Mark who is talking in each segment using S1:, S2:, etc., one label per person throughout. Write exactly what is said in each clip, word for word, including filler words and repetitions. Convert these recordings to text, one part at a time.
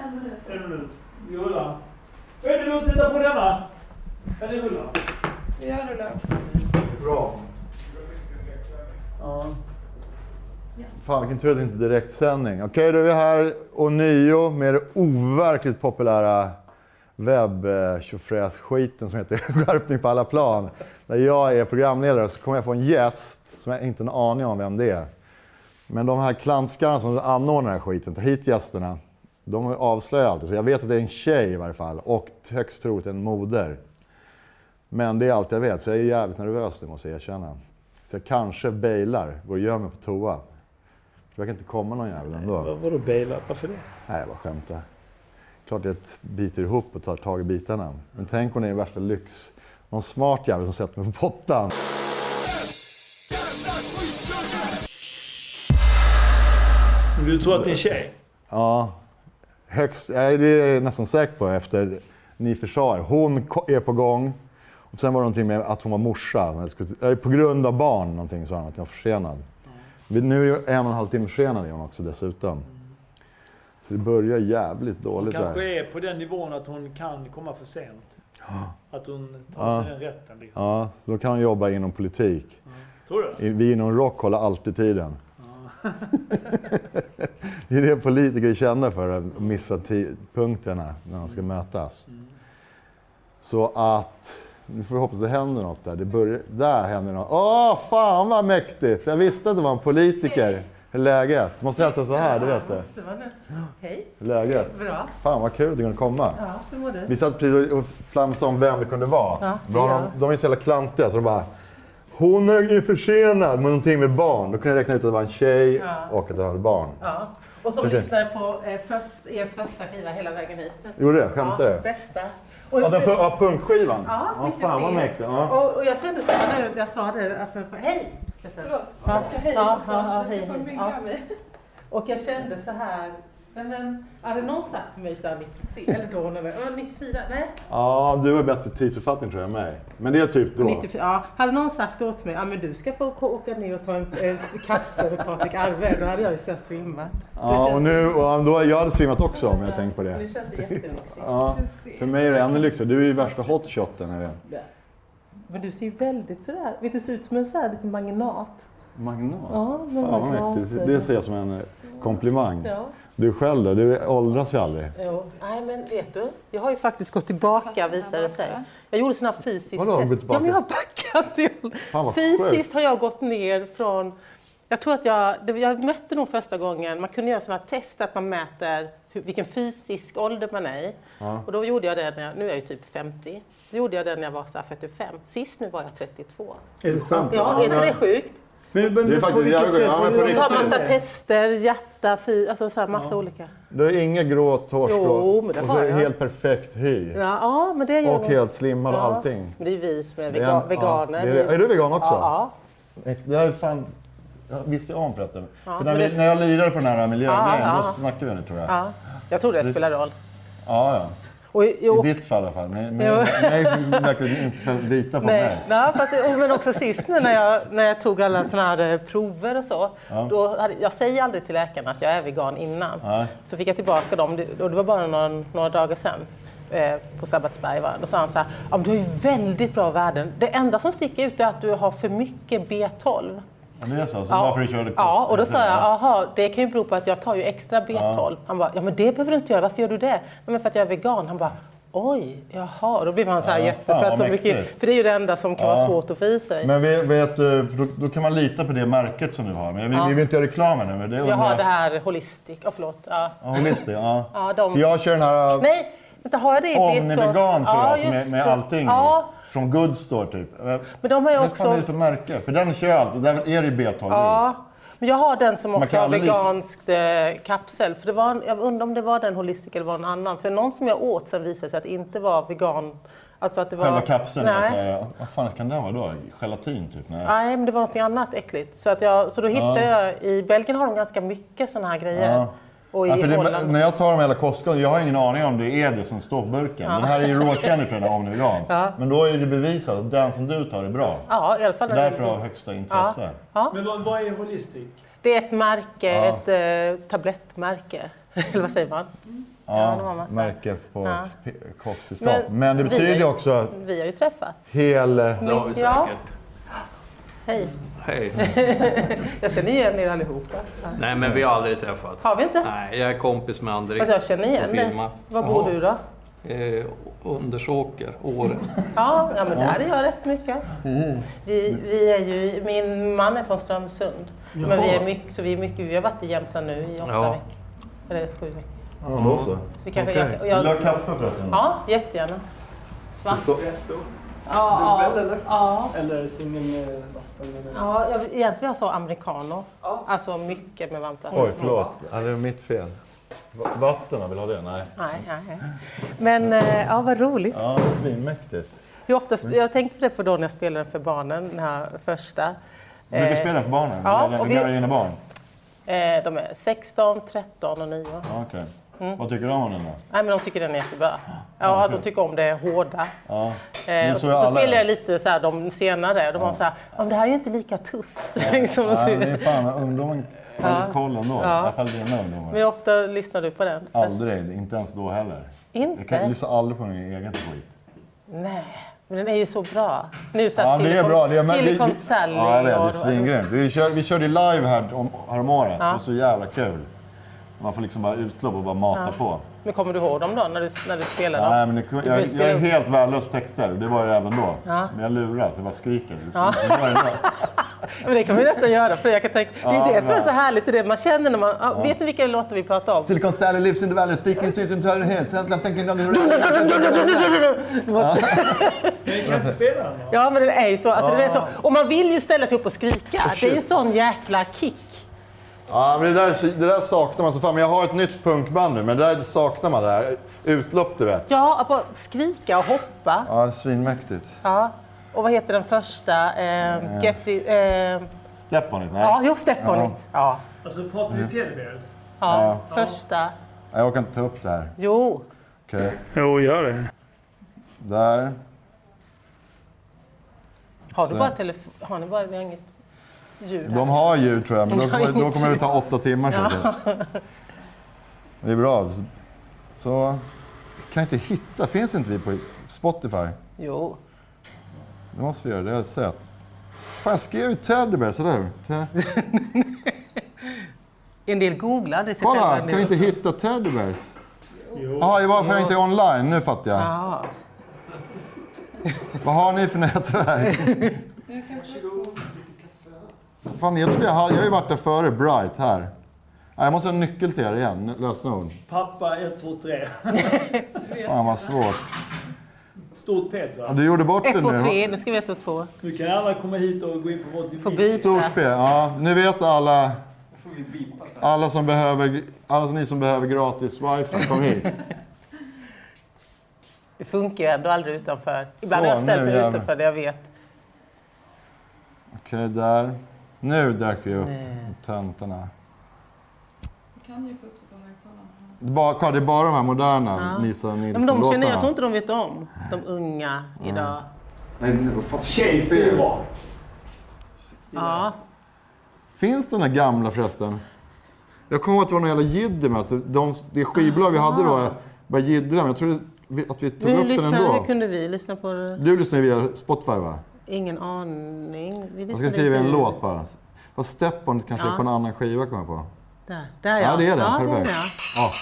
S1: En minut.
S2: En minut. Vi rullar. Vad är det du sätter på denna? Kan ni rulla?
S1: Jag rullar.
S3: Bra.
S2: Ja.
S3: Fan, vilken tur att det inte är direktsändning. Okej, då är vi här och nio med det overkligt populära webb-tjofräs-skiten som heter Skärpning på alla plan. Där jag är programledare så kommer jag få en gäst som jag inte har en aning om vem det är. Men de här klanskarna som anordnar den här skiten, tar hit gästerna, de avslöjar alltid. Så jag vet att det är en tjej i varje fall och högst troligt en moder. Men det är allt jag vet, så jag är jävligt nervös nu måste jag erkänna. Så jag kanske bailar, går och gör mig på toa. Jag kan inte komma någon jävel ändå.
S2: Vad var du bailar? Varför det?
S3: Nej, jag bara skämtar. Klart jag biter ihop och tar tag i bitarna. Men tänk om det är värsta lyx. Någon smart jävel som sätter mig på pottan.
S2: Du tror att det är en tjej?
S3: Ja, högst, jag är nästan säker på efter ni försvar. Hon är på gång. Och sen var det någonting med att hon var morsa. På grund av barn, någonting sa han att jag var försenad. Mm. Nu är det en och en halv timme försenad är hon också dessutom. Mm. Så det börjar jävligt dåligt där.
S2: Hon kanske är på den nivån att hon kan komma för sent.
S3: Ja.
S2: Att hon tar
S3: Ja.
S2: sig den rätten. Liksom.
S3: Ja, så då kan hon jobba inom politik.
S2: Ja. Tror du?
S3: Vi inom rock håller alltid tiden.
S2: Ja.
S3: Det är det politiker känner för att missa tidpunkterna när de ska mötas. Mm. Så att... Nu får vi hoppas det händer något där. Det börjar, där händer något. Åh, fan vad mäktigt! Jag visste att det var en politiker. Hur läget? Du måste hälsa så här, det vet du.
S1: Måste vara det. Hej.
S3: Läget?
S1: Bra.
S3: Fan vad kul att du kunde komma.
S1: Ja, hur mår du?
S3: Vi satt precis och flamsade om vem det kunde vara.
S1: Ja,
S3: de,
S1: ja.
S3: de är så jävla klantiga så de bara... Hon är försenad med någonting med barn. Då kunde jag räkna ut att det var en tjej
S1: Ja.
S3: och att det hade barn.
S1: Ja. Och som
S3: Okej.
S1: lyssnar på eh, först, er första skiva hela vägen hit.
S3: Gjorde det? Skämtar
S1: Ja,
S3: du?
S1: bästa. Och,
S3: Ja, den
S1: så-
S3: ja, punkskivan?
S1: Ja,
S3: ja
S1: riktigt
S3: fan vad
S1: trevligt.
S3: mäktigt. Ja.
S1: Och, och jag kände så här nu, jag sa det, alltså, hej!
S4: Förlåt,
S1: Ja.
S4: jag ska hej
S1: Ja,
S4: också.
S1: ja, ja,
S4: Jag ska
S1: hej,
S4: få
S1: hej.
S4: bygga
S1: Ja.
S4: mig.
S1: Och jag kände så här, nej men, hade någon sagt till mig så här nittiotre, eller då, när jag, nittiofyra, nej?
S3: Ja, du har bättre tidsuppfattning tror jag än mig. Men det är typ då.
S1: nittiofyra, ja. Hade någon sagt åt mig, ja men du ska få åka ner och ta en, en kaffe med Patrik Arve, då hade jag ju så här svimmat. Så det
S3: Ja,
S1: känns-
S3: och nu, och då, jag hade svimmat också om jag tänkt på
S1: Nu
S3: det.
S1: känns det jättelyxigt.
S3: Ja, för mig är det ännu lyxigare. Du är ju värsta hotshoten. Jag vet.
S1: Ja. Men du ser ju väldigt sådär, vet du, ser ut som en sån här liten magnat.
S3: Magnat?
S1: Ja, men
S3: Fan vad
S1: magnat.
S3: mäktigt. Det ser jag som en eh, komplimang.
S1: Ja.
S3: Du själv då? Du åldras ju aldrig.
S1: Jo. Nej men vet du, jag har ju faktiskt gått tillbaka visade det sig. Jag gjorde såna fysiskt
S3: Vadå, har du gått tillbaka?
S1: Ja men jag har backat.
S3: Fan, vad
S1: Fysiskt
S3: sjukt.
S1: har jag gått ner från, jag tror att jag, det- jag mätte nog första gången, man kunde göra sådana test att man mäter hur, vilken fysisk ålder man är i.
S3: Ja.
S1: Och då gjorde jag det, när jag, nu är jag ju typ femtio, då gjorde jag det när jag var så här fyrtiofem. Sist nu var jag trettiotvå.
S2: Är det sant?
S1: Ja, är inte det sjukt?
S2: Men, men,
S3: Det är faktiskt
S2: på vilket
S3: jävligt-
S2: sätt
S3: ja, men på
S2: är det-
S1: Man tar
S3: riktigt.
S1: massa tester, hjärta, fy, alltså så här massa olika.
S3: Du har inga grå tårstrån.
S1: Jo, men det
S3: och så
S1: har
S3: är
S1: jag.
S3: helt perfekt hy.
S1: Ja, ja men det är jag.
S3: Och helt slimmad och
S1: Ja.
S3: allting.
S1: Men det är vi som är
S3: Det är
S1: vega-
S3: en-
S1: veganer.
S3: Ja, det är, är du vegan också?
S1: Ja,
S3: Det är fan... Jag visste om förresten.
S1: Ja,
S3: För när,
S1: men
S3: vi,
S1: det-
S3: när jag lirade på den här miljögrejen,
S1: Ja, ja.
S3: då snackade vi nu tror jag.
S1: ja. ja. Jag tror det spelar roll.
S3: Ja, ja.
S1: Och,
S3: I
S1: och,
S3: ditt fall i alla fall. Men, men
S1: Jo.
S3: nej, verkligen inte för att lita på
S1: nej,
S3: mig.
S1: nej, fast, men också sist nu när jag, när jag tog alla såna här eh, prover och så.
S3: Ja.
S1: Då hade, jag säger aldrig till läkaren att jag är vegan innan.
S3: Nej.
S1: Så fick jag tillbaka dem, det- och det var bara några, några dagar sedan. eh, På Sabbatsberg va? Då sa han så här, ja, men du har ju väldigt bra värden. Det enda som sticker ut är att du har för mycket B tolv.
S3: Ja, det är så. Så varför du körde kost?
S1: Ja, och då sa jag, aha, det kan ju bero på att jag tar ju extra B tolv. Han bara, ja men det behöver du inte göra, varför gör du det? "Nej, men för att jag är vegan. Han bara, oj, jaha. Då blev han så här
S3: Ja,
S1: jätte,
S3: fan,
S1: för, att
S3: vad
S1: de mycket,
S3: mäktigt.
S1: för det är ju det enda som kan
S3: Ja.
S1: vara svårt att få i sig.
S3: Men vet, vet du, då, då kan man lita på det märket som du har. Men vi,
S1: Ja.
S3: vi vill inte göra reklam nu. Men det
S1: jag
S3: undrar
S1: har det här holistic, oh, förlåt. Ja.
S3: Ja, holistic, ja.
S1: Ja, de-
S3: För jag kör den här
S1: Nej, vänta, har jag det i B tolv?
S3: Omnivegan tror jag, som
S1: just
S3: är med
S1: det.
S3: allting.
S1: Ja,
S3: Från Goodstore typ.
S1: men de har ju
S3: Vad fan är
S1: också...
S3: det för märke? För den kör jag alltid. Där är det ju B tolv i.
S1: Ja, men jag har den som
S3: Man
S1: också
S3: kan
S1: har
S3: aldrig-
S1: veganskt eh, kapsel. För det var, en- jag undrar om det var den holistic eller var en annan. För någon som jag åt sen visade sig att det inte var vegan. Alltså att det var...
S3: Själva kapseln,
S1: Nej.
S3: alltså, ja, vad fan kan den vara då? Gelatin typ? Nej.
S1: Nej, men det var något annat äckligt. Så, att jag, så då hittade jag, i Belgien har de ganska mycket sådana här grejer.
S3: Ja.
S1: Och i
S3: Ja, för det,
S1: Holland.
S3: när jag tar dem hela Costco, jag har ingen aning om det är det som står på burken. Den här är ju råkänd för den här Omnivegan.
S1: Ja.
S3: Men då är det bevisat att den som du tar är bra.
S1: Ja, i alla fall.
S3: Därför har jag högsta intresse.
S1: Ja. Ja.
S2: Men vad, vad är holistic?
S1: Det är ett märke,
S3: Ja.
S1: ett eh, tablettmärke. Eller vad säger man?
S3: Ja,
S1: det var massa.
S3: märke på
S1: Ja.
S3: kosttillskott.
S1: Men
S3: Men det
S1: vi
S3: betyder
S1: har ju-
S3: också att
S1: Vi har ju träffats.
S3: hel...
S4: Det har vi säkert.
S1: Ja. Hej.
S4: Hej.
S1: Jag känner igen er allihopa. Ja.
S4: Nej, men vi har aldrig träffats.
S1: Har vi inte?
S4: Nej, jag är kompis med Andrik.
S1: Alltså jag känner igen
S4: på
S1: dig.
S4: Filma.
S1: Var bor
S4: Jaha.
S1: du då?
S4: Eh, Undersåker, Åre.
S1: Ja, ja men där är jag rätt mycket. Vi, vi är ju, min man är från Strömsund. Men vi är mycket, så vi är mycket, vi har varit i Jämtland nu i åtta
S4: Ja.
S1: veckor. Eller sju veckor.
S3: Ja, då så.
S1: Så vi kanske,
S4: Okej.
S1: jag,
S3: Vill du ha
S1: jag,
S3: kaffe förresten?
S1: ja, jättegärna. Svart.
S2: Espresso.
S1: Ja,
S2: Dubbel eller?
S1: ja.
S2: Eller singel med vatten? Eller?
S1: Ja, jag, egentligen så americano.
S2: Ja.
S1: Alltså mycket med varmt vatten.
S3: Oj, förlåt. Ja, det är mitt fel. Va- Vatten, vill ha det? Nej.
S1: Nej, nej, nej. Men eh, ja, vad roligt.
S3: Ja, svinmäktigt.
S1: Hur ofta, sp- jag tänkte på det på då när jag spelade för barnen, den här första.
S3: Du brukar
S1: Eh,
S3: spela för barnen?
S1: ja,
S3: Eller
S1: och
S3: hur
S1: vi-
S3: gamla är dina barn?
S1: Eh, de är sexton, tretton och nio.
S3: Ja, okej. Vad tycker de om den då?
S1: Nej, men de tycker den är jättebra. Ja,
S3: okej.
S1: de tycker om det hårda.
S3: Ja.
S1: Eh,
S3: Men
S1: och
S3: så
S1: så,
S3: är
S1: så
S3: alla.
S1: spelar jag lite så här, de senare. De var så här, "Om det här är ju inte lika tufft. Som de
S3: Nej, det
S1: tycker.
S3: är fan, ungdomen har lite koll ändå. I alla fall dina ungdomar.
S1: Men hur ofta lyssnar du på den?
S3: Aldrig, inte ens då heller.
S1: Inte?
S3: Jag kan lyssna aldrig på min egen skit.
S1: Nej, men den är ju så bra. Nu så här,
S3: Ja, det är bra. Det är, men vi-
S1: Silicon
S3: vi-
S1: Sally.
S3: Ja, jag vet. Det är
S1: och-
S3: svingrymt. Vi, kör, vi körde live här om, häromåret.
S1: Ja.
S3: Det var så jävla kul. Man får liksom bara utlopp och bara mata på.
S1: Men kommer du ihåg dem då, när du, när du spelar dem?
S3: Nej, men det,
S1: Du
S3: jag,
S1: börjar
S3: jag
S1: spela
S3: är
S1: upp.
S3: helt värdelös på texter. Det var jag även då.
S1: Ja.
S3: Men jag lurar, så jag bara skriker.
S1: Ja.
S3: Så var det bra.
S1: Men det kan vi nästan göra. För jag kan tänka, det är
S3: Ja,
S1: det som är
S3: bra.
S1: så härligt. Det är det man känner när man... Ja. Vet ni vilka låtar vi pratar om?
S3: Silicon Sally lives in the valley, speaking to the head. I'm thinking of the...
S2: Men kan inte spela den då?
S1: Ja, men den är ju så. Alltså, den är så. Och man vill ju ställa sig upp och skrika. Det är ju sån jäkla kick.
S3: Ja, men det där, det där saknar man så fan. Men jag har ett nytt punkband nu, men det där saknar man. Det här. Utlopp, du vet.
S1: Ja, att bara skrika och hoppa.
S3: Ja, det är svinmäktigt.
S1: Ja. Och vad heter den första? Eh, get it, eh,
S3: Step on it, nej.
S1: ja, jo, Step on
S3: Ja.
S1: it. Ja.
S2: Alltså pratar vi Teddy Bears?
S1: Ja, första.
S3: Jag orkar inte ta upp det här.
S1: Jo.
S3: Okej,
S2: Jo, gör det.
S3: där.
S1: Har du
S3: Så.
S1: bara telefon? Har ni bara vi har inget ljud här?
S3: De har ljud tror jag, men då,
S1: De har
S3: kommer- då
S1: inget
S3: kommer det
S1: ljud.
S3: ta åtta timmar. tror jag. Det är bra. Så kan jag inte hitta, finns inte vi på Spotify?
S1: Jo.
S3: Det måste vi göra, det har jag sett. Fan, jag skrev ju Teddy Bears, eller hur? Te-
S1: En del googlar. Det
S3: Kolla, kan vi inte hitta Teddy Bears?
S2: Jo.
S3: Jaha, det är bara för att jag inte är online, nu fattar jag.
S1: Ja.
S3: Vad har ni för nätverk? Fan, jag, tror jag, har, jag har ju varit där före Bright här. Nej, jag måste ha en nyckel till er igen, lösenord.
S2: Pappa ett, två, tre.
S3: Fan vad svårt.
S2: Stort P tror
S3: Ja,
S2: jag.
S3: du gjorde bort
S1: ett,
S3: det
S1: två,
S3: nu.
S1: tre. Nu ska vi ett, två, två.
S2: Nu kan alla komma hit och gå in på vårt
S1: Få
S2: device.
S1: byta.
S3: Stort P, ja. Nu vet alla,
S2: Då får vi bipa sen.
S3: alla som behöver, alla ni som behöver gratis wifi, kom hit.
S1: Det funkar ju ändå aldrig utanför. Ibland
S3: Så,
S1: har jag ställt
S3: nu
S1: mig
S3: jävlar.
S1: utanför det jag vet.
S3: Okej, där. Nu dök vi upp, töntarna.
S5: Kan ju få upp det på högtalaren.
S3: Det är bara, kolla, det är bara de här moderna
S1: Ja.
S3: Nisa
S1: Ja, men de känner jag,
S3: Nilsson-låtarna.
S1: jag tror inte de vet om. De unga idag.
S3: Nej, nu, vad fan.
S2: Shades är ju bra.
S1: Ja.
S3: Finns den här gamla förresten? Jag kommer ihåg att det var någon jävla jidder med att de, det skivbolag vi hade då började jiddra, men jag tror att vi tog
S1: Men hur,
S3: upp den
S1: lyssnar,
S3: ändå.
S1: hur kunde vi lyssna på det?
S3: Du lyssnar ju via Spotify, va?
S1: Ingen aning. Vi
S3: Jag
S1: lyssnade
S3: ska skriva en
S1: i-
S3: låt bara. Fast Step On kanske
S1: Ja.
S3: är på en annan skiva, kommer jag på.
S1: Där, där ja.
S3: Ja, det är den.
S1: Ja,
S3: Perfekt.
S1: den, ja.
S3: Ja.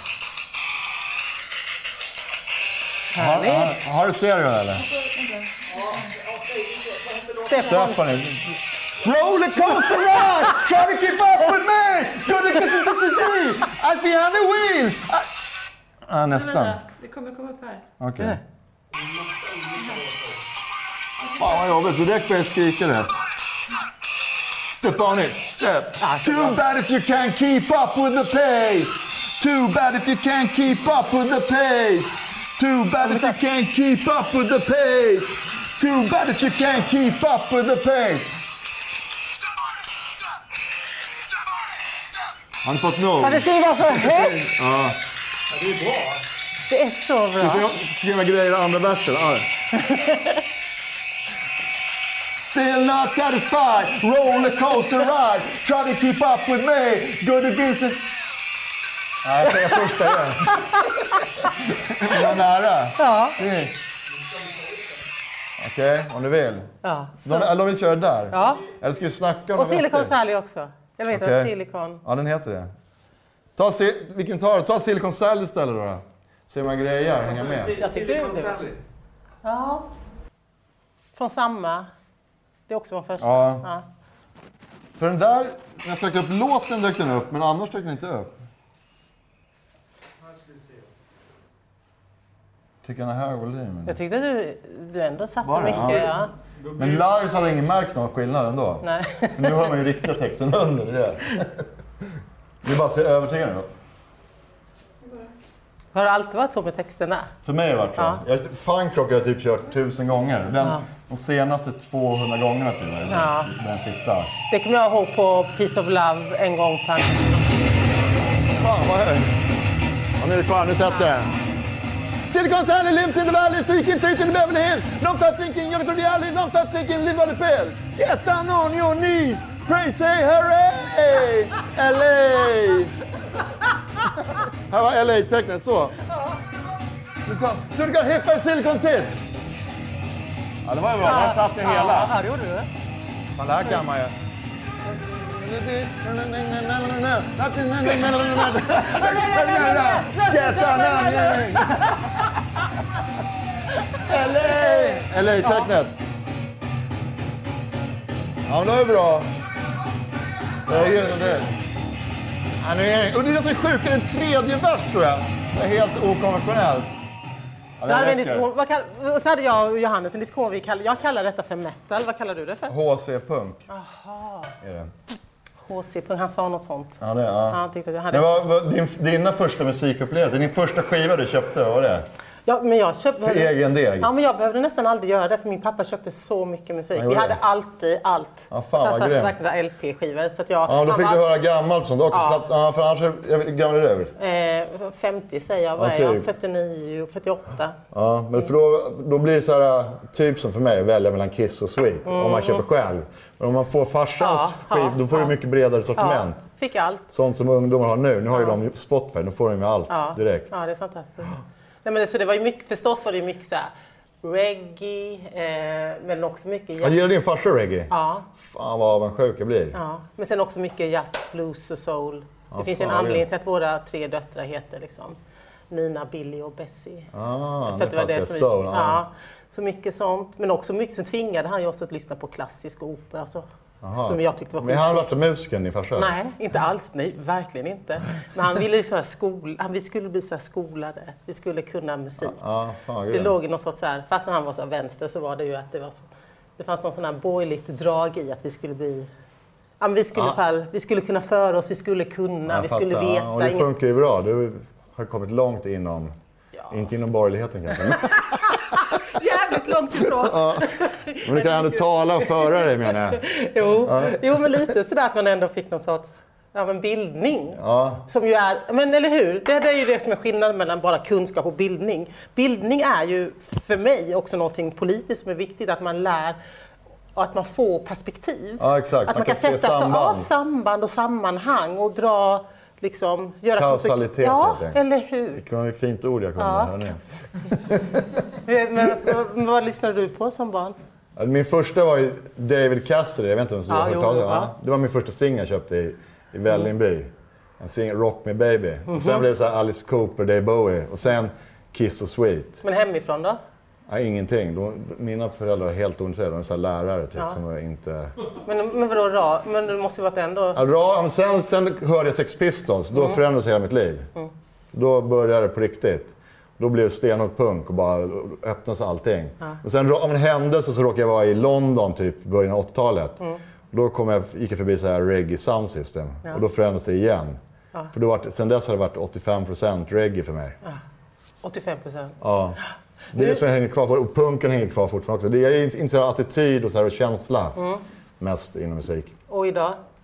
S3: Har,
S1: Härligt.
S3: har, har du stereo eller?
S1: Stefan.
S3: Step On it. Rollercoaster ride! Try to keep up with me! Gonna get to the I'm behind the wheel! Ah,
S5: Men
S3: nästan.
S5: vänta, det kommer komma upp här.
S3: Okej.
S1: Ja.
S3: Fan vad jobbigt, direkt börjar jag skrika det. Step on it, step. Too bad if you can't keep up with the pace. Too bad if you can't keep up with the pace. Too bad if you can't keep up with the pace. Too bad if you can't keep up with the pace. Har ni fått nog?
S1: Ja, det ska ju vara så högt.
S3: Ja.
S2: Ja, det är bra.
S1: Det är så bra.
S3: Ska jag skriva grejer i andra versen? Ja. Still not satisfied, roller coaster ride. Try to keep up with me. Go to Vincent. Nej, jag säger första igen. Det var nära.
S1: Ja.
S3: Okej, okay, om du vill.
S1: Ja,
S3: de, eller de vill köra där?
S1: Ja.
S3: Eller ska vi snacka om
S1: och Silicon Sally också. Jag vet
S3: okay.
S1: att Silicon...
S3: Ja, den heter det. Ta, vilken tar du? Ta Silicon Sally istället då. då. Se hur man grejer, hänga med.
S1: Jag tycker det är det. Ja. Från samma. Det är också vår första.
S3: Ja.
S1: Ja.
S3: För den där, när jag sökte upp låten dök den upp, men annars dök den inte upp. Tycker den är hög volym.
S1: Jag tyckte du, du ändå satte
S3: Var det?
S1: mycket. Ja.
S3: Ja. Men live så har ingen märkt någon skillnad ändå.
S1: Nej.
S3: För nu har man ju riktiga texten under det. Det är bara att se övertygande då.
S1: Har det alltid varit så med texterna?
S3: För mig har det varit så.
S1: Ja.
S3: Jag, punkrock har jag typ kört tusen gånger. Den, ja. De senaste tvåhundra gångerna till mig. Ja. Den sitter.
S1: Det kommer jag ihåg på Piece of Love en gång per...
S3: Fan vad hög. Ja, nu är det kvar, nu sätter jag. Silicon Sally lives in the valley, seeking trees in the Beverly Hills. No fat thinking, you're the alley, no fat thinking, live on the pill. Get down on your knees, pray say hooray! L A! Här var L A-tecknet, så. Så du kan hippa i Silicon Tit. Ja, det var ju bra. Där satt jag hela.
S1: Ja, det gjorde du.
S3: Men det här kan man ju. L A! L A-tecknet. Ja, men det är bra. Det är ju det. Ja, nu är det. Och det är det som är sjukt, en tredje vers tror jag. Det är helt okonventionellt. Ja,
S1: så, hade vi en vad kall, så hade jag och Johannes en diskussion. Vi kall, jag kallar detta för metal. Vad kallar du det för?
S3: H C-punk.
S1: Jaha.
S3: Är det?
S1: H C-punk, han sa något sånt.
S3: Ja, det, ja.
S1: Han tyckte att jag hade...
S3: Men vad, vad, din, dina första musikupplevelser, din första skiva du köpte, vad var det?
S1: Ja, men jag köpte...
S3: För egen deg?
S1: Ja, men jag behövde nästan aldrig göra det för min pappa köpte så mycket musik. Vi hade alltid allt.
S3: Ja, fan vad grymt.
S1: Verkligen L P-skivor. Så att jag...
S3: Ja, då fick
S1: var...
S3: du höra gammalt sånt också.
S1: Ja.
S3: Så att, ja, för annars är jag gammal är du?
S1: Eh, femtio säger jag, vad
S3: ja,
S1: är jag?
S3: typ.
S1: fyrtionio, fyrtioåtta.
S3: Ja, men för då, då blir det så här, typ som för mig, välja mellan Kiss och Sweet. Mm. Om man köper själv. Men om man får farsans
S1: ja,
S3: skiv,
S1: ja,
S3: då får
S1: ja.
S3: du mycket bredare sortiment.
S1: Ja, fick allt.
S3: Sånt som ungdomar har nu. Nu har ju de Spotify, nu får de med allt
S1: ja.
S3: direkt.
S1: Ja, det är fantastiskt. Nej, men det, så det var ju mycket, förstås var det ju mycket så här reggae, eh, men också mycket jazz.
S3: Jag gillar din farsa reggae?
S1: Ja.
S3: Fan vad avundsjuk jag blir.
S1: Ja, men sen också mycket jazz, blues och soul.
S3: Ja,
S1: det finns
S3: fan,
S1: en anledning till att våra tre döttrar heter liksom Nina, Billy och Bessie.
S3: Ah,
S1: för att det var det som vi,
S3: soul,
S1: ja. Ja, så mycket sånt. Men också mycket, sen tvingade han ju oss att lyssna på klassisk opera. Så. Som jag tyckte var
S3: men han varit musiken din farsa?
S1: Nej, inte alls. Nej, verkligen inte. Men han ville så här skol, vi skulle bli så här skolade. Vi skulle kunna musik.
S3: Ja, fan,
S1: det låg i något sorts så här, fast när han var så vänster så var det ju att det var så, det fanns någon sån här borgerligt drag i att vi skulle bli, ja, men vi skulle, ja. fall, vi skulle kunna föra oss, vi skulle kunna,
S3: ja,
S1: vi
S3: fattar.
S1: skulle veta.
S3: Ja, och det
S1: ingen...
S3: funkar ju bra. Du har kommit långt inom, ja. Inte inom borgerligheten kanske.
S1: Jävligt långt ifrån.
S3: Ja. Men du kan ändå tala och föra dig, menar jag.
S1: Jo,
S3: ja.
S1: jo, men lite sådär att man ändå fick någon sorts ja, men bildning.
S3: Ja.
S1: Som ju är, men eller hur? Det, det är ju det som är skillnaden mellan bara kunskap och bildning. Bildning är ju för mig också någonting politiskt som är viktigt, att man lär och att man får perspektiv.
S3: Ja, exakt.
S1: Att man, man kan, kan sätta samband. Så, ja, samband och sammanhang och dra liksom, göra
S3: kausalitet.
S1: Ja, eller hur?
S3: Det var ett fint ord jag kunde höra nu.
S1: men, men vad lyssnade du på som barn?
S3: Min första var ju David Cassidy, jag vet inte om du har hört talas om det. Det var min första singel jag köpte i, i Vällingby. En singel, Rock Me Baby. Mm-hmm. Och sen blev det så här Alice Cooper, Dave Bowie. Och sen Kiss och Sweet.
S1: Men hemifrån då?
S3: Ja, ingenting. De, mina föräldrar är helt ointresserade. De är så här lärare typ, ja. Som var inte...
S1: Men, men vadå ra? Men det måste ju varit ändå...
S3: Ja, ra, sen, sen hörde jag Sex Pistols. Då mm. förändrades hela mitt liv. Mm. Då började det på riktigt. Då blev det stenhård punk och bara öppnades allting. Ja. Men sen av en händelse så råkade jag vara i London typ början av åttiotalet. Mm. Då kom jag, gick jag förbi så här reggae sound system. Ja. Och då förändrades det igen. Ja. För då var, sen dess har det varit åttiofem procent reggae för mig.
S1: Ja. åttiofem procent?
S3: Ja. Det är det som hänger kvar, och punken hänger kvar fortfarande också. Det är inte så attityd och, så här, och känsla mm. mest inom musik.
S1: Och idag?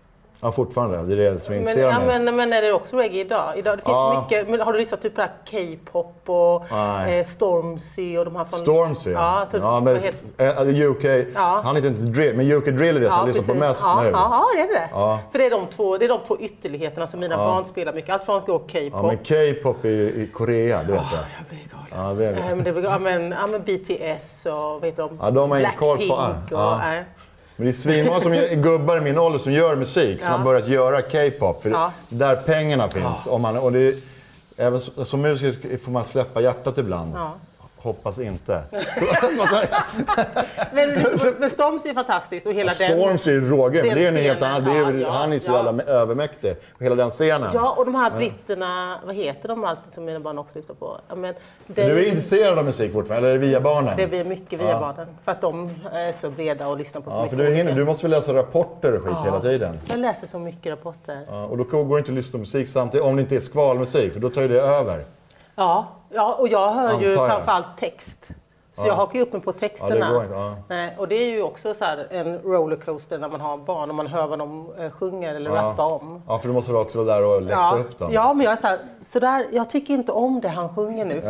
S3: Ja, fortfarande. Det är det som
S1: Men,
S3: intresserar
S1: ja,
S3: mig.
S1: men, men är det också reggae idag? idag det finns
S3: Ja.
S1: mycket, men har du lyssnat typ på det här K-pop och
S3: Nej.
S1: eh, Stormzy och de här från...
S3: Stormzy,
S1: ja. Så,
S3: ja men,
S1: heter...
S3: äh, U K,
S1: Ja.
S3: han heter inte Drill, men U K Drill är det som jag lyssnar på mest
S1: ja,
S3: nu.
S1: Ja, det är det.
S3: Ja.
S1: För det är, de två, det är de två ytterligheterna som mina
S3: Ja.
S1: barn spelar mycket. Allt från att gå K-pop.
S3: Ja, men K-pop i, i Korea, du vet
S1: Oh,
S3: det.
S1: jag blir galen.
S3: Ja, det är det.
S1: Nej, men det blir, ja, men, ja, men B T S och vad heter de?
S3: Ja, de har ingen koll på-
S1: Blackpink och...
S3: ja.
S1: Nej.
S3: Men det är svinmånga som är gubbar i min ålder som gör musik, som
S1: Ja.
S3: har börjat göra K-pop. För
S1: Ja.
S3: det är där pengarna finns. Om man, och det är, även som, som musiker får man släppa hjärtat ibland.
S1: Ja.
S3: Hoppas inte. Så, så, så,
S1: Men, men Stormzy är fantastiskt och hela
S3: Stormzy är rågrym,
S1: den
S3: det är en helt
S1: scenen,
S3: annan. Det är,
S1: ja, ja,
S3: han är så
S1: ja.
S3: jävla övermäktig. Och hela den scenen.
S1: Ja, och de här britterna, vad heter de alltid som mina barn också lyssnar på? Ja, men det,
S3: Du är intresserad av musik fortfarande, eller är det via barnen?
S1: det blir mycket via
S3: Ja.
S1: barnen. För att de är så breda och lyssnar på så
S3: Ja,
S1: mycket.
S3: för du, hinner,
S1: olika.
S3: du måste väl läsa rapporter och skit
S1: Ja.
S3: hela tiden?
S1: Jag läser så mycket rapporter.
S3: Ja, och då går det inte att lyssna på musik samtidigt, om det inte är skvalmusik, för då tar ju det över.
S1: Ja, ja, och jag hör ju
S3: Antar jag.
S1: framförallt text. Så
S3: Ja.
S1: jag hakar ju upp mig på texterna.
S3: Ja, det går inte, ja.
S1: Nej, och det är ju också så här en rollercoaster när man har barn och man hör vad de eh, sjunger eller
S3: Ja.
S1: rappar om.
S3: Ja, för du måste också vara där och läxa
S1: Ja,
S3: upp dem.
S1: ja, men jag är så här, så där, jag tycker inte om det han sjunger nu.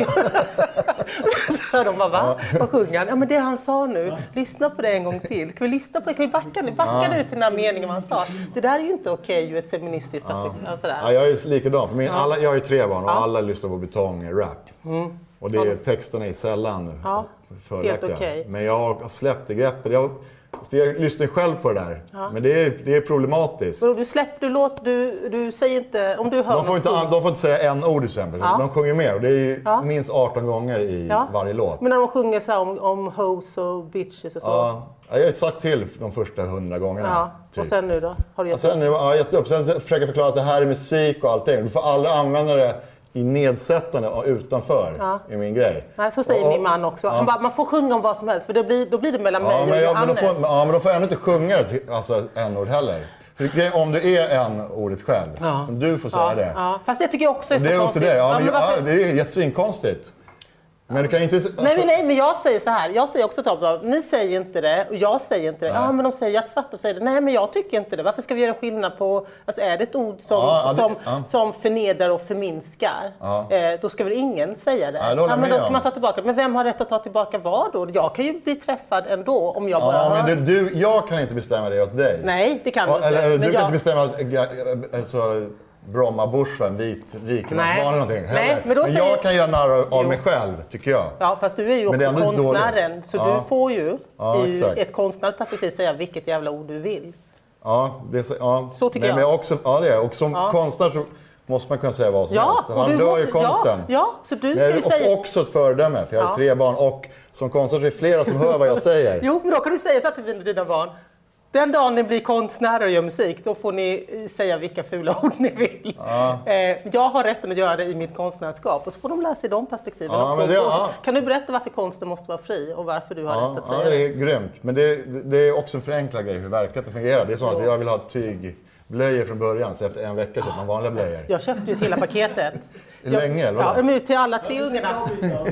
S1: Så de bara, va? Vad sjunger han? Ja, men det han sa nu, lyssna på det en gång till. Kan vi lyssna på det? Kan vi backa nu? Backa nu till den här meningen man sa. Det där är ju inte okej ur ett feministiskt perspektiv. Ja. Sådär.
S3: Ja, jag är likadan. För min, alla, jag har ju tre barn och
S1: Ja.
S3: alla lyssnar på betong-rap. Mm. Och det är, texterna är sällan
S1: Ja,
S3: fördelaktiga.
S1: helt okej.
S3: Men jag har släppt det greppet. Jag, för jag lyssnar själv på det där. Men det är, det är problematiskt.
S1: Vadå, du släpper, du låter, du, du säger inte, om du hör
S3: De får, inte,
S1: något-
S3: de får inte säga en ord till exempel.
S1: Ja.
S3: De sjunger mer och det är ju
S1: Ja.
S3: minst arton gånger i
S1: Ja.
S3: varje låt.
S1: Men när de sjunger så här om, om hoes och bitches och så.
S3: Ja, jag har sagt till de första hundra gångerna.
S1: Ja.
S3: Typ.
S1: Och sen nu då? Har du
S3: Och
S1: gett
S3: sen har jag gett upp. Sen försöker jag förklara att det här är musik och allting. Du får aldrig använda det i nedsättande och utanför.
S1: Ja.
S3: är min grej.
S1: Nej, så säger
S3: och,
S1: min man också. Han bara, man får sjunga om vad som helst för det blir, då blir det mellan mig
S3: Ja,
S1: och
S3: men, ja, men, då
S1: Johannes.
S3: får, ja, men då får jag ändå inte sjunga det till, alltså, en ord heller. För det- om du är en ordet själv,
S1: Ja.
S3: om du får säga
S1: Ja,
S3: det.
S1: ja. Fast det tycker jag också är så
S3: Det är upp till
S1: konstigt.
S3: dig. Ja,
S1: Ja,
S3: men,
S1: men
S3: ja,
S1: varför-
S3: det är svinkonstigt. Men du kan inte... Alltså,
S1: Nej, men, nej, men jag säger så här. Jag säger också till dem, ni säger inte det och jag säger inte det.
S3: Nej.
S1: Ja, men de säger att svarta säger det. Nej, men jag tycker inte det. Varför ska vi göra en skillnad på... Alltså är det ett ord som,
S3: Ja, ja, det-
S1: som,
S3: ja.
S1: som förnedrar och förminskar,
S3: Ja.
S1: eh, då ska väl ingen säga det.
S3: Ja, det håller jag
S1: men
S3: med
S1: då ska
S3: om.
S1: man ta tillbaka. Men vem har rätt att ta tillbaka vad då? Jag kan ju bli träffad ändå om jag bara
S3: Ja,
S1: hör.
S3: men det, du, jag kan inte bestämma det åt dig.
S1: Nej, det kan du
S3: Ja,
S1: inte.
S3: eller, du
S1: Men
S3: kan
S1: jag...
S3: inte bestämma att alltså, Bromma Bush var en vit rikemanskman
S1: Nej.
S3: eller någonting.
S1: Nej,
S3: heller.
S1: men då
S3: men
S1: säger-
S3: jag kan göra narr av
S1: Jo.
S3: mig själv, tycker jag.
S1: Ja, fast du är ju
S3: Men det är
S1: också
S3: ändå
S1: konstnären.
S3: dåligt.
S1: Så
S3: Ja.
S1: du får ju
S3: Ja,
S1: i
S3: exakt.
S1: ett konstnärligt perspektiv säga vilket jävla ord du vill.
S3: Ja, det är så, ja.
S1: Så tycker
S3: Nej,
S1: jag.
S3: Men jag också, ja, det är. Och som
S1: Ja.
S3: konstnär så måste man kunna säga vad som
S1: Ja,
S3: helst.
S1: och
S3: Han
S1: du
S3: dör
S1: måste-
S3: ju konsten.
S1: Ja, ja, så du
S3: Men
S1: ska
S3: jag
S1: ju
S3: är
S1: säga...
S3: också ett föredöme, för jag har
S1: Ja.
S3: tre barn. Och som konstnär så är det flera som hör vad jag säger.
S1: Jo, men då kan du säga så här till dina barn. Den dagen ni blir konstnärer och gör musik, då får ni säga vilka fula ord ni vill.
S3: Ja.
S1: Eh, jag har rätten att göra det i mitt konstnärskap och så får de lära sig de perspektiven
S3: Ja,
S1: också.
S3: men det-
S1: Och så-
S3: ja.
S1: Kan du berätta varför konsten måste vara fri och varför du har
S3: Ja,
S1: rätt att
S3: ja,
S1: säga
S3: det
S1: det?
S3: är grymt. Men det, det, det är också en förenklad grej hur verkligheten fungerar. Det är som att jag vill ha tygblöjor från början, så efter en vecka köper man vanliga blöjor.
S1: Jag köpte ju hela paketet.
S3: Länge, eller
S1: Ja,
S3: vadå?
S1: men till alla tre ungarna.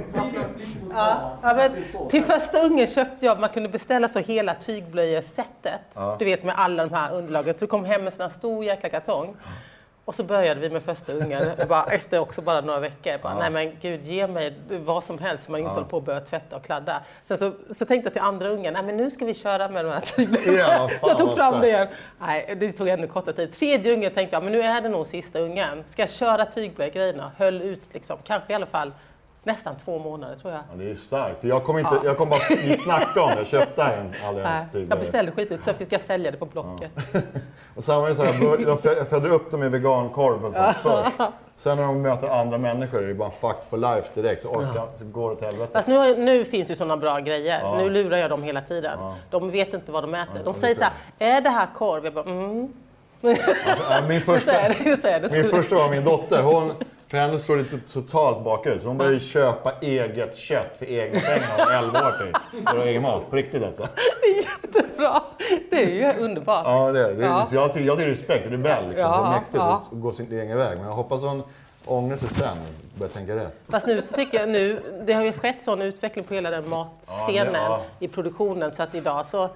S1: Ja, ja, men till första ungen köpte jag, man kunde beställa så hela tygblöjesättet.
S3: Ja.
S1: Du vet med alla de här underlagen. Så det kom hem en sån här stor jäkla kartong. Och så började vi med första ungen, bara, efter också bara några veckor. Bara, nej men gud, ge mig vad som helst så man inte håller på att börja tvätta och kladda. Sen så, så tänkte jag till andra ungen, nej men nu ska vi köra med de här tygblöjorna.
S3: Ja, fan,
S1: så jag tog
S3: vad
S1: fram
S3: starkt.
S1: det igen. Nej, det tog ännu kortare tid. Tredje ungen tänkte jag, men nu är det nog sista ungen. Ska jag köra tygblöjgrejerna? Höll ut liksom, kanske i alla fall nästan två månader tror jag.
S3: Ja, det är starkt. För jag kommer inte,
S1: Ja.
S3: jag kommer bara vi snacka om det. Jag köpte en alldeles
S1: Nej, jag
S3: tygblöjor.
S1: beställde skit ut så att vi ska sälja det på Blocket.
S3: Och samma är så här, bör- de fö- jag föder upp dem i vegankorv och sånt först. Sen när de möter andra människor är det bara fucked for life direkt. Så orkar, så går det åt helvete.
S1: Fast nu, har- nu finns ju sådana bra grejer.
S3: Ja.
S1: Nu lurar jag dem hela tiden.
S3: Ja.
S1: De vet inte vad de äter.
S3: Ja,
S1: De
S3: det
S1: säger
S3: är
S1: så här, är det här korv? Jag bara, mm.
S3: Ja, min,
S1: Så
S3: första,
S1: är det, så är det.
S3: min första var min dotter. Hon, för henne slår det typ totalt bakut. Så hon började köpa eget kött för egna pengar. Hon var elva år typ. Det var egen mat, på riktigt alltså.
S1: Det är jättebra. Det är ju underbart.
S3: Ja, det är det.
S1: Ja.
S3: Så jag tycker, jag tycker respekt, det är rebell liksom.
S1: Ja,
S3: det är mäktigt
S1: ja.
S3: att gå sin egen väg. Men jag hoppas hon ångrar sig sen och börjar tänka rätt.
S1: Fast nu så tycker jag nu, det har ju skett sån utveckling på hela den matscenen
S3: Ja, det- ja.
S1: i produktionen så att idag så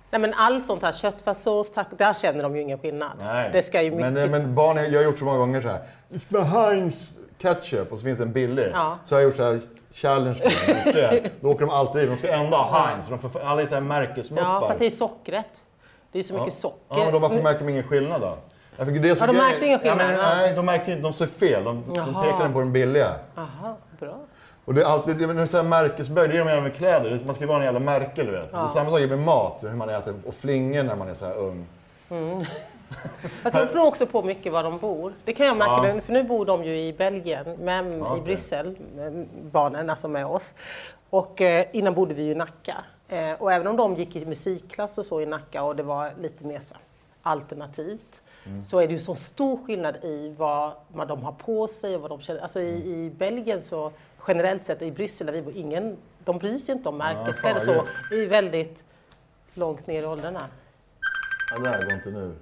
S1: Nej, men allt sånt här, köttfärssås, där känner de ju ingen skillnad.
S3: Nej.
S1: Det ska ju mycket...
S3: Men, men barn, jag har gjort så många gånger så här. Det ska vara Heinz ketchup och så finns det en billig.
S1: Ja.
S3: Så har jag gjort så här challenge med dem. Då åker de alltid i. De ska ändå ha Heinz. De får, alla är så här märkesmuppar.
S1: Ja, fast det är sockret. Det är så
S3: ja.
S1: mycket socker.
S3: Ja, men då varför märker de ingen skillnad då? Jag fick det
S1: ja, de märkte ingen skillnad?
S3: Ja, men, nej, de märkte inte. De såg fel. De, de pekade på den billiga.
S1: Aha, bra.
S3: Och det är alltid, det är så här märkesböj, det är de gärna med kläder. Man ska ju vara en jävla märke, du vet. Ja. Det är samma sak med mat, hur man äter och flingor när man är så här ung.
S1: Mm. Jag tror beror också på mycket var de bor. Det kan jag märka, ja. För nu bor de ju i Belgien, men okay. i Bryssel, barnen, alltså med oss. Och eh, innan bodde vi ju i Nacka. Eh, och även om de gick i musikklass och så i Nacka och det var lite mer så alternativt. Mm. Så är det ju så stor skillnad i vad, vad de har på sig och vad de känner. Alltså i, i Belgien så generellt sett i Bryssel där vi bor, ingen, de bryr sig inte om märkeskläder ja, så. Det är väldigt långt ner i åldrarna.
S3: Ja, det här går inte nu.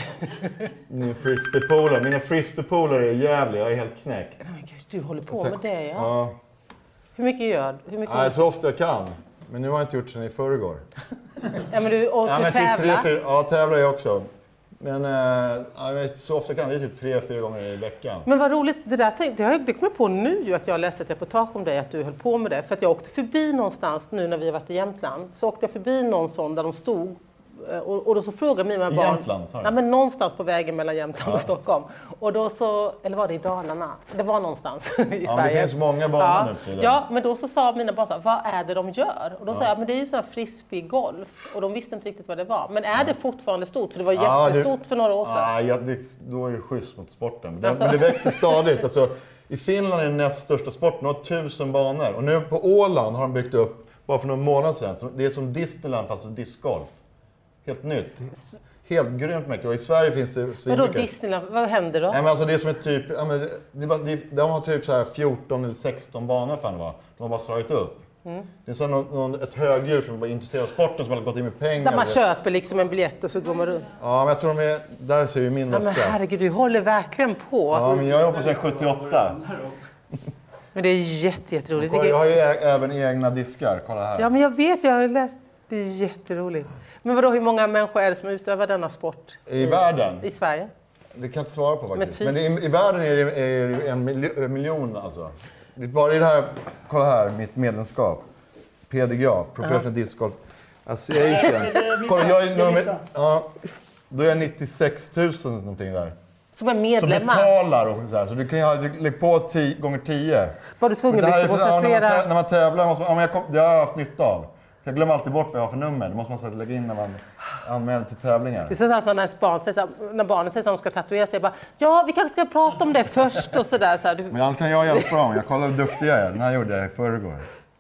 S3: Min frisbeepolare, mina frisbeepolare är jävliga, jag är helt knäckt.
S1: Men gud, du håller på med det, ja.
S3: ja.
S1: Hur mycket gör du? Hur mycket
S3: Nej, så ofta jag kan. Men nu har jag inte gjort det sen i förrgår.
S1: Ja, men du, och
S3: ja,
S1: du
S3: men
S1: tävlar?
S3: Typ tre, fyra, ja, tävlar jag också. Men äh, jag vet, så ofta jag kan, det är typ tre, fyra gånger i veckan.
S1: Men vad roligt, det där tänkte jag, det kom jag på nu ju att jag läste ett reportage om dig, att du höll på med det. För att jag åkte förbi någonstans nu när vi har varit i Jämtland, så åkte jag förbi någon sån där de stod. Och, och då så frågade mina barn...
S3: Jämtland, sa du?
S1: Ja, men någonstans på vägen mellan Jämtland ja. och Stockholm. Och då så... Eller var det i Dalarna? Det var någonstans i Sverige.
S3: Ja, det finns många banor
S1: ja.
S3: nu för det.
S1: Ja, men då så sa mina barn så här, vad är det de gör? Och då ja. sa jag, men det är ju sån här frisbeegolf. Och de visste inte riktigt vad det var. Men är det fortfarande stort? För det var ja, jättestort det, för några år sedan.
S3: Ja, det, då är det schysst mot sporten. Men, alltså. men det växer stadigt. Alltså, i Finland är det näst största sporten. De har tusen banor. Och nu på Åland har de byggt upp, bara för några månader sedan, det är som Disneyland fast för discgolf. Helt nytt. Helt grymt mäktigt. Och i Sverige finns det svinmycket.
S1: Vadå Disneyland? Vad händer då?
S3: Nej, men alltså det är som ett typ... Ja, men det, det, de har typ så här fjorton eller sexton banor för det var. De har bara slagit upp. Mm. Det är så någon, någon, ett högdjur som är intresserad av sporten som har gått in med pengar.
S1: Där man köper liksom en biljett och så går man runt.
S3: Ja, men jag tror de är... Där ser ju min
S1: ja, men herregud, du håller verkligen på.
S3: Ja, men jag är på sedan sjuttioåtta.
S1: Men det är jätte, jätteroligt.
S3: Jag har ju även egna diskar. Kolla här.
S1: Ja, men jag vet. Jag har läst. Det är jätteroligt. Men vadå, hur många människor är det som utövar denna sport?
S3: I, I världen?
S1: I Sverige?
S3: Det kan jag inte svara på faktiskt.
S1: Men,
S3: typ... Men i, i världen är det, är det en miljo, miljon alltså. Det är bara i det här, kolla här, mitt medlemskap. P D G A, Professional uh-huh. Disc Golf Association. Kolla, jag är nummer, ja, då är jag nittiosex tusen någonting där.
S1: Som är medlemmar?
S3: Som betalar och så här. Så du kan ju ha, du lägger på tio gånger tio.
S1: Var du tvungen att liksom
S3: ja, när,
S1: man,
S3: när man tävlar måste man, ja, men jag kom, det har jag haft nytta av. Jag glömmer alltid bort vad jag har för nummer. Det måste man så lägga in när man anmäler till tävlingar.
S1: Det är så alltså när, barn säger så, när barnen säger att de ska tatuera sig, bara, ja, vi kanske ska prata om det först och sådär. Så du...
S3: Men annars kan jag hjälpa dem. Jag kollar hur duktig jag är. Den här gjorde jag i förrgår.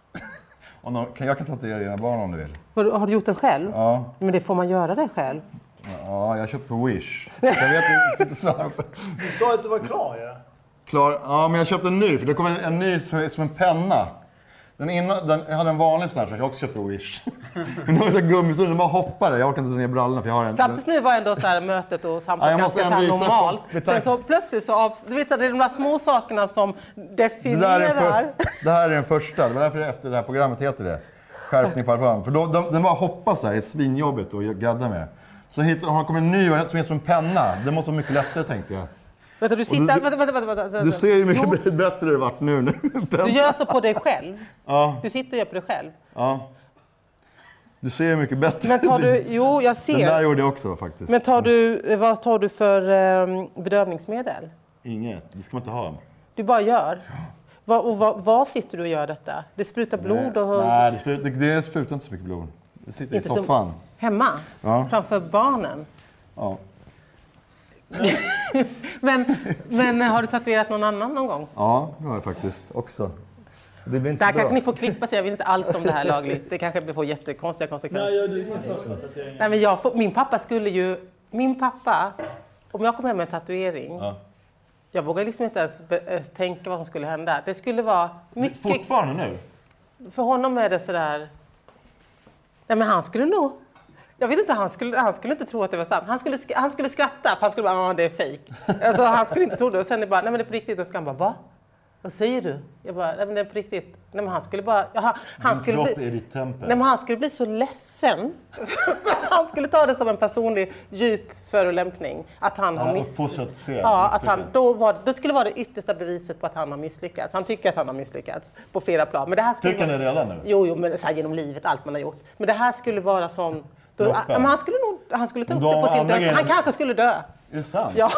S3: Och någon, kan jag kan tatuera dina barn om du vill.
S1: Har, har du gjort den själv?
S3: Ja.
S1: Men det får man göra det själv.
S3: Ja, jag köpte på Wish. Jag vet inte så.
S2: Du sa att du var klar, ja?
S3: Klar? Ja, men jag köpte en ny. För det kom en, en ny som, som en penna. Den innan, den, jag hade en vanlig sån här så jag också köpte Wish. Men det var så här gummisår, den bara hoppade. Jag orkade inte dra ner brallorna för jag har en...
S1: Fram tills nu var ändå så här mötet och samtalet
S3: ja,
S1: ganska så här normalt. På, Sen så plötsligt så av, du vet det är de där små sakerna som definierar. Det, för,
S3: det här är den första, det var därför efter det här programmet heter det. Skärpning på program. För då, de, den bara hoppar så här, det är svinjobbigt att gadda med. Så hittade, har kommit en ny variant som är som en penna. Det måste vara mycket lättare tänkte jag.
S1: Vänta, du, sitter, du, vänta, vänta, vänta, vänta.
S3: Du ser ju mycket jo. bättre det varit nu.
S1: Du gör så på dig själv?
S3: Ja.
S1: Du sitter och gör på dig själv?
S3: Ja. Du ser ju mycket bättre.
S1: Men tar du, jo, jag ser.
S3: Den där gjorde jag också faktiskt.
S1: Men tar du, vad tar du för um, bedövningsmedel?
S3: Inget, det ska man inte ha.
S1: Du bara gör? Ja. Va, och va, var sitter du och gör detta? Det sprutar blod och...
S3: Nej, nej det, sprutar, det, det sprutar inte så mycket blod. Det sitter inte i soffan. Som,
S1: hemma?
S3: Ja.
S1: Framför barnen?
S3: Ja.
S1: men, men har du tatuerat någon annan någon gång?
S3: Ja, det har jag faktiskt också. Det blir inte
S1: där
S3: så
S1: kanske ni får klippa sig, jag vet inte alls om det här lagligt. Det kanske får jättekonstiga konsekvenser.
S2: Nej, jag du din första tatuering.
S1: Nej, men jag får, min pappa skulle ju... Min pappa, om jag kom hem med en tatuering... Ja. Jag vågar liksom inte ens be- tänka vad som skulle hända. Det skulle vara mycket...
S3: Fortfarande nu?
S1: För honom är det sådär... Nej, men han skulle nog... Jag vet inte, han skulle, han skulle inte tro att det var sant. Han skulle, han skulle skratta, för han skulle bara, ja det är fejk. Alltså han skulle inte tro det. Och sen är det bara, nej men det är på riktigt. Och så ska han bara, va? Vad säger du? Jag bara, nej men det är på riktigt. Nej men han skulle bara... Ja, han,
S3: Din
S1: skulle
S3: kropp
S1: bli,
S3: är ditt tempel.
S1: nej men han skulle bli så ledsen. Han skulle ta det som en personlig djup förolämpning. Att han har misslyckats. Ja, att han, då var, det skulle vara det yttersta beviset på att han har misslyckats. Han tycker att han har misslyckats på flera plan. Men det här skulle
S3: tycker ni redan nu?
S1: Jo, jo men så här, genom livet, allt man har gjort. Men det här skulle vara sån... Då, ja, men han skulle nog han skulle ta upp det på sin död. Han kanske skulle dö.
S3: Är det sant?
S1: Ja.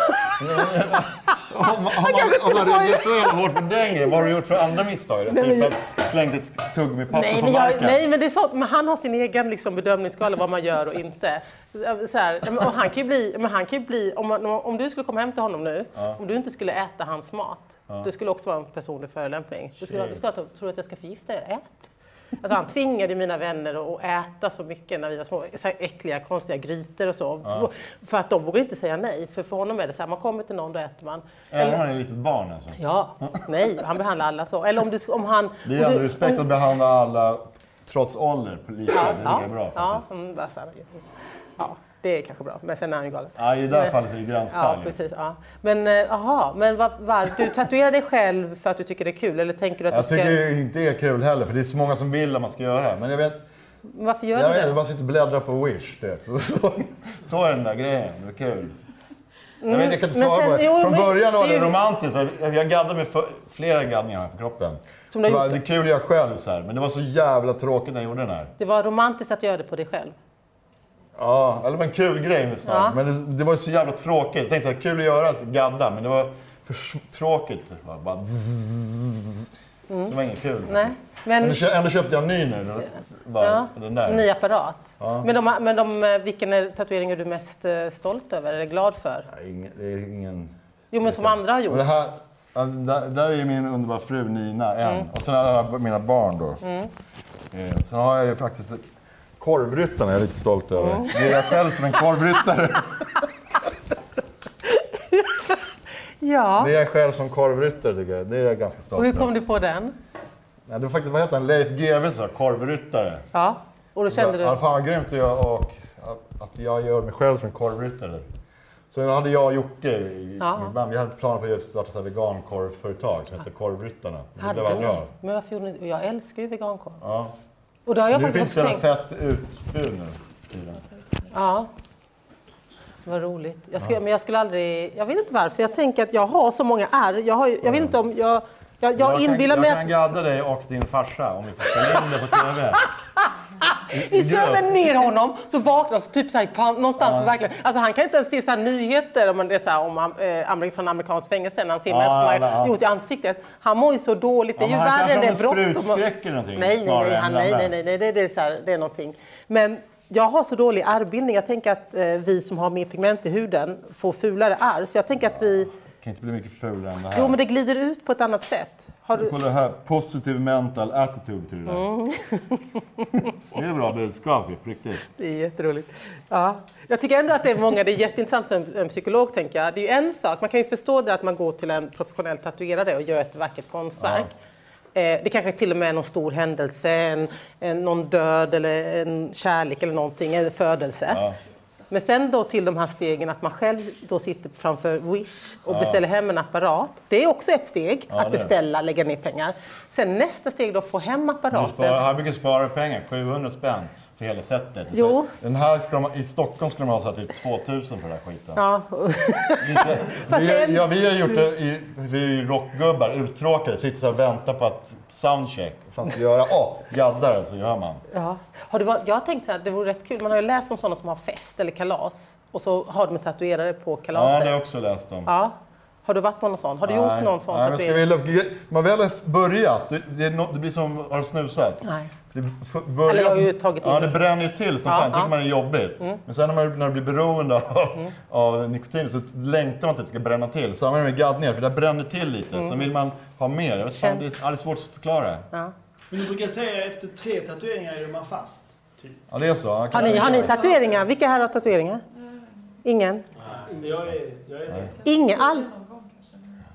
S3: Har man, har man reagerat så jävla hårt på den grejen? Vad har du gjort för andra misstag?
S1: Nej,
S3: typ
S1: jag...
S3: att slängt ett tuggummi-papper
S1: nej,
S3: på
S1: men jag,
S3: marken?
S1: nej, men det är så. Men han har sin egen liksom, bedömningsskala vad man gör och inte. Så här, och han kan ju bli, men han kan ju bli om, man, om du skulle komma hem till honom nu, ja. Om du inte skulle äta hans mat, ja. Det skulle också vara en personlig förolämpning. Du skulle, du skulle tror att jag ska förgifta er? Ät. Alltså han tvingade mina vänner att äta så mycket när vi var små, så här äckliga, konstiga grytor och så. Ja. För att de vågar inte säga nej. För för honom är det så här, man kommer till någon, då äter man.
S3: Även om han är ett litet barn alltså?
S1: Ja, nej, han behandlar alla så. Eller om du, om han...
S3: Det är ändå respekt att behandla alla trots ålder på lika.
S1: Ja,
S3: det är
S1: ja,
S3: bra.
S1: Ja, som bara så här, ja, det är kanske bra. Men sen är han ju galen.
S3: Ja, i det där fallet är det gränsfall.
S1: Ja, precis. Ja. Men aha, men var, var, du tatuerar dig själv för att du tycker det är kul? Eller tänker du att
S3: jag
S1: du ska...
S3: tycker det inte är kul heller, för det är så många som vill att man ska göra. Men jag vet...
S1: Men varför gör
S3: jag
S1: du
S3: vet,
S1: det?
S3: Jag bara sitter och bläddrar på Wish. Det. Så, så, så är den där grejen. Det är kul. Jag vet, jag kan inte svara på det. Jo, Från början var det, det romantiskt. Jag gaddade med för, flera gaddningar på kroppen. Som så var, det är kul att göra själv så här. Men det var så jävla tråkigt när jag gjorde den här.
S1: Det var romantiskt att göra det på dig själv?
S3: Ja, eller en kul grej nästan. Ja. Men det, det var så jävla tråkigt. Jag tänkte att det var kul att göra gadda, men det var för tråkigt. Det var bara zzz. Mm. Det var inget kul.
S1: Nej, men...
S3: men ändå köpte jag en ny nu. Bara,
S1: ja,
S3: den där.
S1: Ny apparat.
S3: Ja.
S1: Men, de, men de, vilken är tatuering är du mest stolt över? Eller glad för?
S3: Nej, ingen, det är ingen...
S1: Jo, men som andra har gjort.
S3: Men det här, där, där är min underbara fru Nina, en. Mm. Och sen har jag mina barn då. Mm. Eh, sen har jag ju faktiskt... Korvryttaren är jag lite stolt över. Mm. Det är jag själv som en korvryttare.
S1: Ja.
S3: Det är jag själv som korvryttare tycker jag. Det är jag ganska stolt över.
S1: Och hur kom du på den?
S3: Ja, det var faktiskt, vad heter han? Leif G W sa, korvryttare.
S1: Ja, och då kände du...
S3: Ja, fan vad grymt jag, och att jag gör mig själv som en korvryttare. Så hade jag gjort det i ja. mitt band. Vi hade planer på att starta ett vegankorvföretag som heter Korvryttarna. Det blev aldrig av.
S1: Men varför gjorde ni... Jag älskar ju vegankorv.
S3: Ja.
S1: Och då har jag
S3: det finns sådana fett utbud nu.
S1: Ja. Vad roligt. Jag skulle, ja. Men jag skulle aldrig... Jag vet inte varför. Jag tänker att jag har så många ärr. Jag, har, jag vet inte om... Jag, jag, jag, jag inbillar mig
S3: att...
S1: Jag
S3: kan gadda dig och din farsa om vi får spela in det på tv.
S1: Vi söver ner honom så vaknar han typ så här på, någonstans ja. verkligen. Alltså han kan inte ens se så här nyheter om man det är så här, om eh, från amerikansk fängelse när han simmar ja, efter ja. gjort i ansiktet. Han mår ju så dåligt. Det är ja, ju värre än det brott.
S3: Sprutskräck eller någonting.
S1: Nej, nej, nej, han, nej, nej, nej, nej, det, det är så här, det är någonting. Men jag har så dålig ärrbildning. Jag tänker att eh, vi som har mer pigment i huden får fulare ärr. Så jag tänker att vi...
S3: Det kan inte bli mycket fulare än det här.
S1: Jo, men det glider ut på ett annat sätt. Har du...
S3: Kolla här, positive mental attitude till det där. Mm. Det är bra budskap på riktigt.
S1: Det är jätteroligt. Ja. Jag tycker ändå att det är många, det är jätteintressant som en psykolog tänker jag. Det är ju en sak, man kan ju förstå det att man går till en professionell tatuerare och gör ett vackert konstverk. Ja. Eh, det kanske till och med är någon stor händelse, en, en, någon död eller en kärlek eller någonting, en födelse. Ja. Men sen då till de här stegen att man själv då sitter framför Wish och ja. beställer hem en apparat. Det är också ett steg ja, att beställa, lägga ner pengar. Sen nästa steg då få hem apparaten.
S3: Här brukar spara pengar, sjuhundra spänn för hela sättet.
S1: Jo.
S3: Den här ska de, i Stockholm skulle de ha så typ tvåtusen för den här skiten.
S1: Ja.
S3: Inte, vi, ja, vi har gjort det, i, vi är rockgubbar, uttråkade, sitter och väntar på att soundcheck. Vad fan ska göra? Ja, oh, gaddar så gör man.
S1: Ja. Har du varit, jag har tänkt att det vore rätt kul. Man har ju läst om sådana som har fest eller kalas. Och så har de tatuerare på kalaset.
S3: Ja, det har jag också läst om.
S1: Ja. Har du varit på någon sån? Har du nej, gjort någon sån
S3: nej, tatuering? Vilja, man väl har börjat. Det, det, det blir som, har du snusat?
S1: Nej.
S3: Det börjar,
S1: eller jag har ju tagit in.
S3: Ja, det bränner ju till. Så
S1: ja,
S3: fan
S1: ja.
S3: tycker man är jobbigt. Mm. Men sen när man, när det blir beroende av, mm. av nikotin så längtar man till att det ska bränna till. Samma med gaddningar, för det bränner till lite. Mm. Sen vill man ha mer. Jag vet, fan, det är alldeles svårt att förklara.
S1: Ja.
S2: Men du brukar säga efter tre tatueringar är man fast. Typ.
S3: Ja, det är så. Okay.
S1: Har ni, har ni tatueringar? Vilka här har tatueringar? Mm. Ingen?
S2: Nej, jag är, jag är
S1: Ingen? All...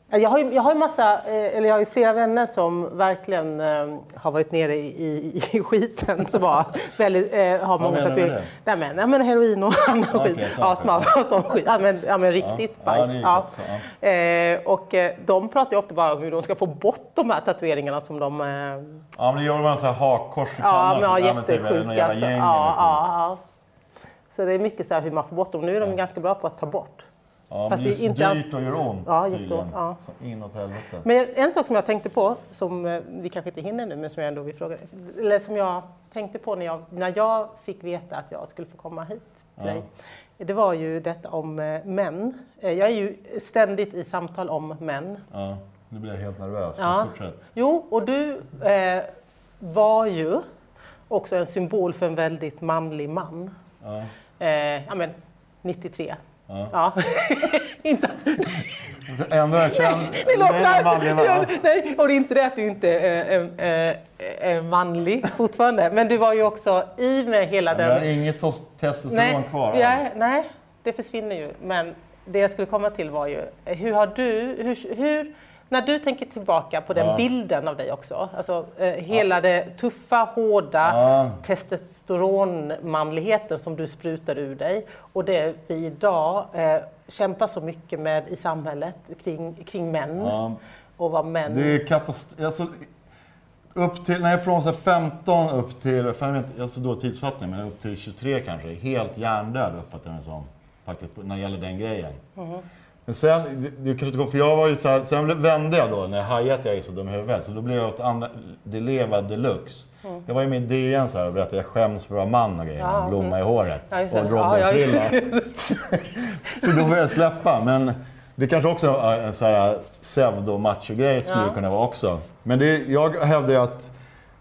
S1: Jag har ju, jag har ju massa, eh, eller jag har ju flera vänner som verkligen eh, har varit nere i, i, i skiten som har väldigt, eh, har många tatueringar. Nej men, ja, men heroin och annan
S3: okay,
S1: skit. Ja, smabb och sån skit. Ja men, ja, men riktigt
S3: ja,
S1: bajs.
S3: Ja,
S1: ja. Eh, och eh, de pratar ju ofta bara om hur de ska få bort de här tatueringarna som de... Eh...
S3: Ja men det gör man så här hakkors i
S1: pannan. Ja men ja,
S3: jättesjuka.
S1: Ja, ja, ja. Så det är mycket så här hur man får bort dem. Nu är de ja. ganska bra på att ta bort.
S3: Ja, men det är inte dyrt och gör ont.
S1: Ja, jätteont. Ja.
S3: Så inåt helvete.
S1: Men en sak som jag tänkte på, som vi kanske inte hinner nu, men som jag ändå vill fråga, eller som jag tänkte på när jag, när jag fick veta att jag skulle få komma hit till ja. dig. Det var ju detta om män. Jag är ju ständigt i samtal om män.
S3: Ja, nu blir jag helt nervös.
S1: Ja. Jo, och du eh, var ju också en symbol för en väldigt manlig man.
S3: Ja.
S1: Eh, ja men, nittiotre.
S3: Ja.
S1: Ja. Inte.
S3: Ändå är känd.
S1: Nej, manlig, va? Nej, och det är inte det att du inte är, är, är manlig fortfarande. Men du var ju också i med hela den...
S3: Jag har inget testosteron kvar.
S1: Ja, nej, det försvinner ju. Men det jag skulle komma till var ju, hur har du... Hur, hur, när du tänker tillbaka på den ja. bilden av dig också, alltså eh, hela ja. det tuffa, hårda ja. testosteronmanligheten som du sprutar ur dig och det vi idag eh, kämpar så mycket med i samhället kring, kring män ja. och vad män...
S3: Det är katastrof... Alltså, upp till, nej, från så femton upp till, alltså då tidsfattning, men upp till tjugotre kanske, helt hjärndöd uppfattar jag det som, faktiskt, när det gäller den grejen. Mm. Men sen, det kanske inte går, för jag var ju så här, sen vände jag då när jag hajade att jag är så dum i huvudet, så då blev jag åt andra, det leva deluxe. Mm. Jag var ju med i D N så här och berättade att jag skäms för att vara man och grejer, ja, blomma mm. i håret ja, och en Robin-frilla. Ja, ja. Så då började jag släppa, men det kanske också är en så här pseudo-macho-grej skulle ja. det kunna vara också. Men det, jag hävdar ju att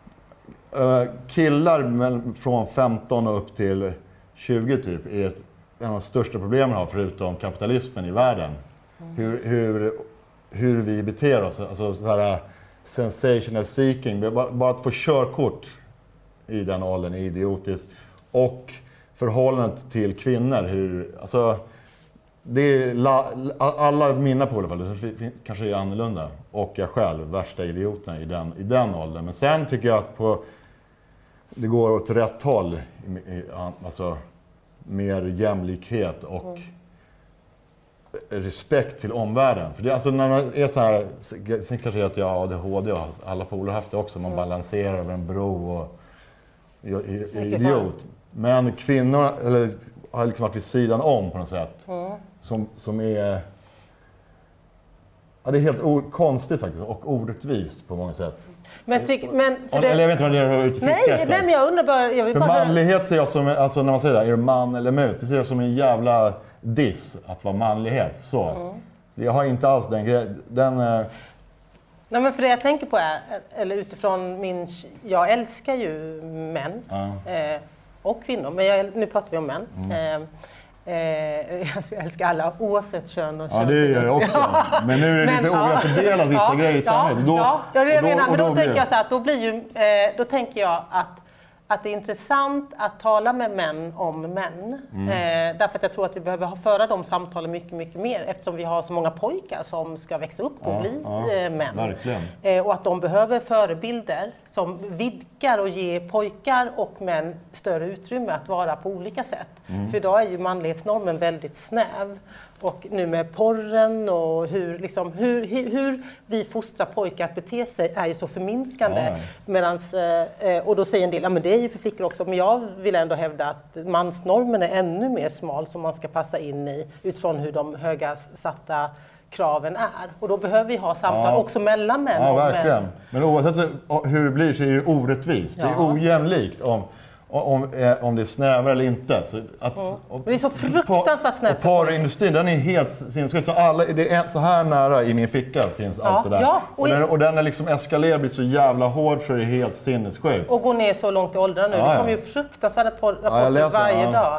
S3: uh, killar från femton och upp till tjugo typ är ett en av de största problemen har förutom kapitalismen i världen. Mm. Hur, hur, hur vi beter oss. Alltså så här sensational seeking. Bara, bara att få körkort i den åldern är idiotiskt. Och förhållandet till kvinnor. Hur, alltså, det är la, alla mina på alla fall. Det kanske är annorlunda. Och jag själv, värsta idioten i den, i den åldern. Men sen tycker jag att på, det går åt rätt håll. I, i, alltså, mer jämlikhet och mm. respekt till omvärlden. För det, alltså när man är så här, sen kanske att jag har A D H D och alla polare har haft det också, man mm. balanserar över en bro och är idiot. Men kvinnor eller, har liksom varit vid sidan om på något sätt. Mm. Som, som är... Ja, det är helt o- konstigt faktiskt och orättvist på många sätt.
S1: Men tyck, men för det...
S3: Eller jag vet inte vad det är ute och fiskar efter.
S1: Nej, men jag undrar bara... Jag vill
S3: för
S1: bara...
S3: manlighet ser jag som, alltså när man säger det, är det man eller mut? Det ser jag som en jävla diss att vara manlighet. Så. Mm. Jag har inte alls den grejen. Den... Eh...
S1: Nej, men för det jag tänker på är, eller utifrån min... Jag älskar ju män ja. eh, och kvinnor, men jag, nu pratar vi om män. Mm. Eh, Eh, alltså jag älskar alla oavsett kön och kön.
S3: Ja, det gör jag också. Men nu är det men, lite ojämnt fördelat vissa ja, grejer i samhället. Då,
S1: ja, ja, det är det jag
S3: då,
S1: menar. Men då,
S3: då
S1: tänker jag så här, att då blir ju, eh, då tänker jag att att det är intressant att tala med män om män. Mm. Eh, därför att jag tror att vi behöver föra de samtalen mycket, mycket mer. Eftersom vi har så många pojkar som ska växa upp och ja, bli ja, eh, män.
S3: Verkligen.
S1: Eh, och att de behöver förebilder som vidgar och ger pojkar och män större utrymme att vara på olika sätt. Mm. För idag är ju manlighetsnormen väldigt snäv. Och nu med porren och hur, liksom, hur, hur vi fostrar pojkar att bete sig är ju så förminskande. Ja. Medans, och då säger en del, ja men det är ju för flickor också. Men jag vill ändå hävda att mansnormen är ännu mer smal som man ska passa in i utifrån hur de höga satta kraven är. Och då behöver vi ha samtal ja. också mellan män
S3: ja,
S1: och
S3: verkligen.
S1: män.
S3: Men oavsett hur det blir så är det orättvist. Ja. Det är ojämlikt om... Om, om det är snävare eller inte. Så att,
S1: mm. och, det är så fruktansvärt snävt.
S3: Och porrindustrin, den är helt sinnessjuk. Så alla, det är så här nära i min ficka finns ja, allt det där.
S1: Ja, och,
S3: och, den, och den är liksom eskalerar, blir så jävla hård så det är helt sinnessjukt.
S1: Och går ner så långt i åldrarna nu. Ja, det kommer ju fruktansvärda porrrapporter ja, varje ja. dag.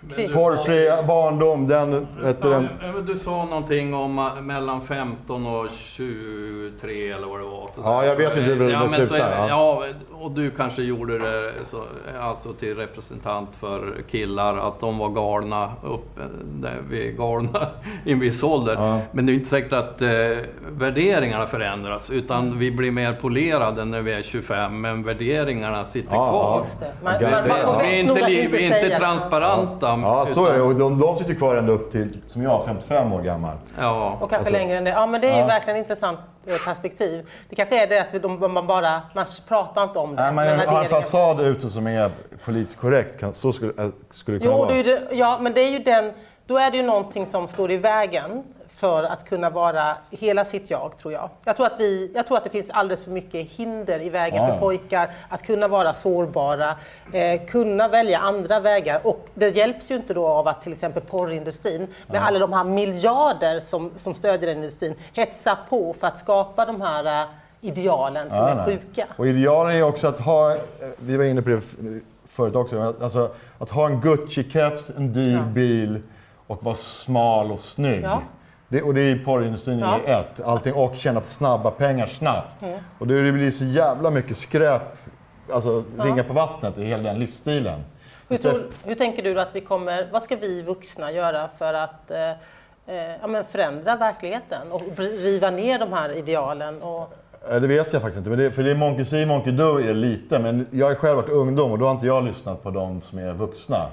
S3: Porrfri barndom, den heter den.
S4: Ja, du sa någonting om uh, mellan femton och tjugotre eller vad det var. Så
S3: ja, jag vet inte hur det
S4: ja,
S3: slutar.
S4: Ja. ja, och du kanske gjorde det så, alltså till representant för killar, att de var galna upp, där vi är galna i en viss ålder. Ja. Men det är inte säkert att eh, värderingarna förändras, utan mm. vi blir mer polerade när vi är tjugofem, men värderingarna sitter ja, kvar.
S1: Just det. Man,
S3: man,
S1: man, man,
S4: vi är inte, li, vi är inte transparenta.
S3: Ja, ja så är det. Och de, de sitter kvar ända upp till, som jag, femtiofem år gammal.
S1: Ja. Och kanske alltså, längre än det. Ja, men det är
S3: ja.
S1: verkligen intressant perspektiv. Det kanske är det att de, man bara, man pratar inte om det.
S3: Nej, men har en fasad ute som är politiskt korrekt, så skulle, skulle det kunna
S1: jo,
S3: vara.
S1: Det, ja, men det är ju den, då är det ju någonting som står i vägen för att kunna vara hela sitt jag, tror jag. Jag tror att, vi, jag tror att det finns alldeles för mycket hinder i vägen ja. för pojkar att kunna vara sårbara, eh, kunna välja andra vägar. Och det hjälps ju inte då av att till exempel porrindustrin med ja. alla de här miljarder som, som stödjer den industrin hetsar på för att skapa de här uh, idealen som ja, är nej. sjuka.
S3: Och idealen är också att ha, vi var inne på det förut också, alltså att ha en Gucci-caps, en dyr ja. bil och vara smal och snygg. Ja. Det, och det är porrindustrin ja. i ett. Allting, och tjäna snabba pengar snabbt. Mm. Och det blir så jävla mycket skräp, alltså ja. ringa på vattnet i hela den livsstilen.
S1: Hur, tror, hur tänker du att vi kommer, vad ska vi vuxna göra för att eh, eh, ja, men förändra verkligheten och riva ner de här idealen? Och...
S3: Det vet jag faktiskt inte, men det, för det är monkey see, monkey do är lite, men jag har själv varit ungdom och då har inte jag lyssnat på de som är vuxna.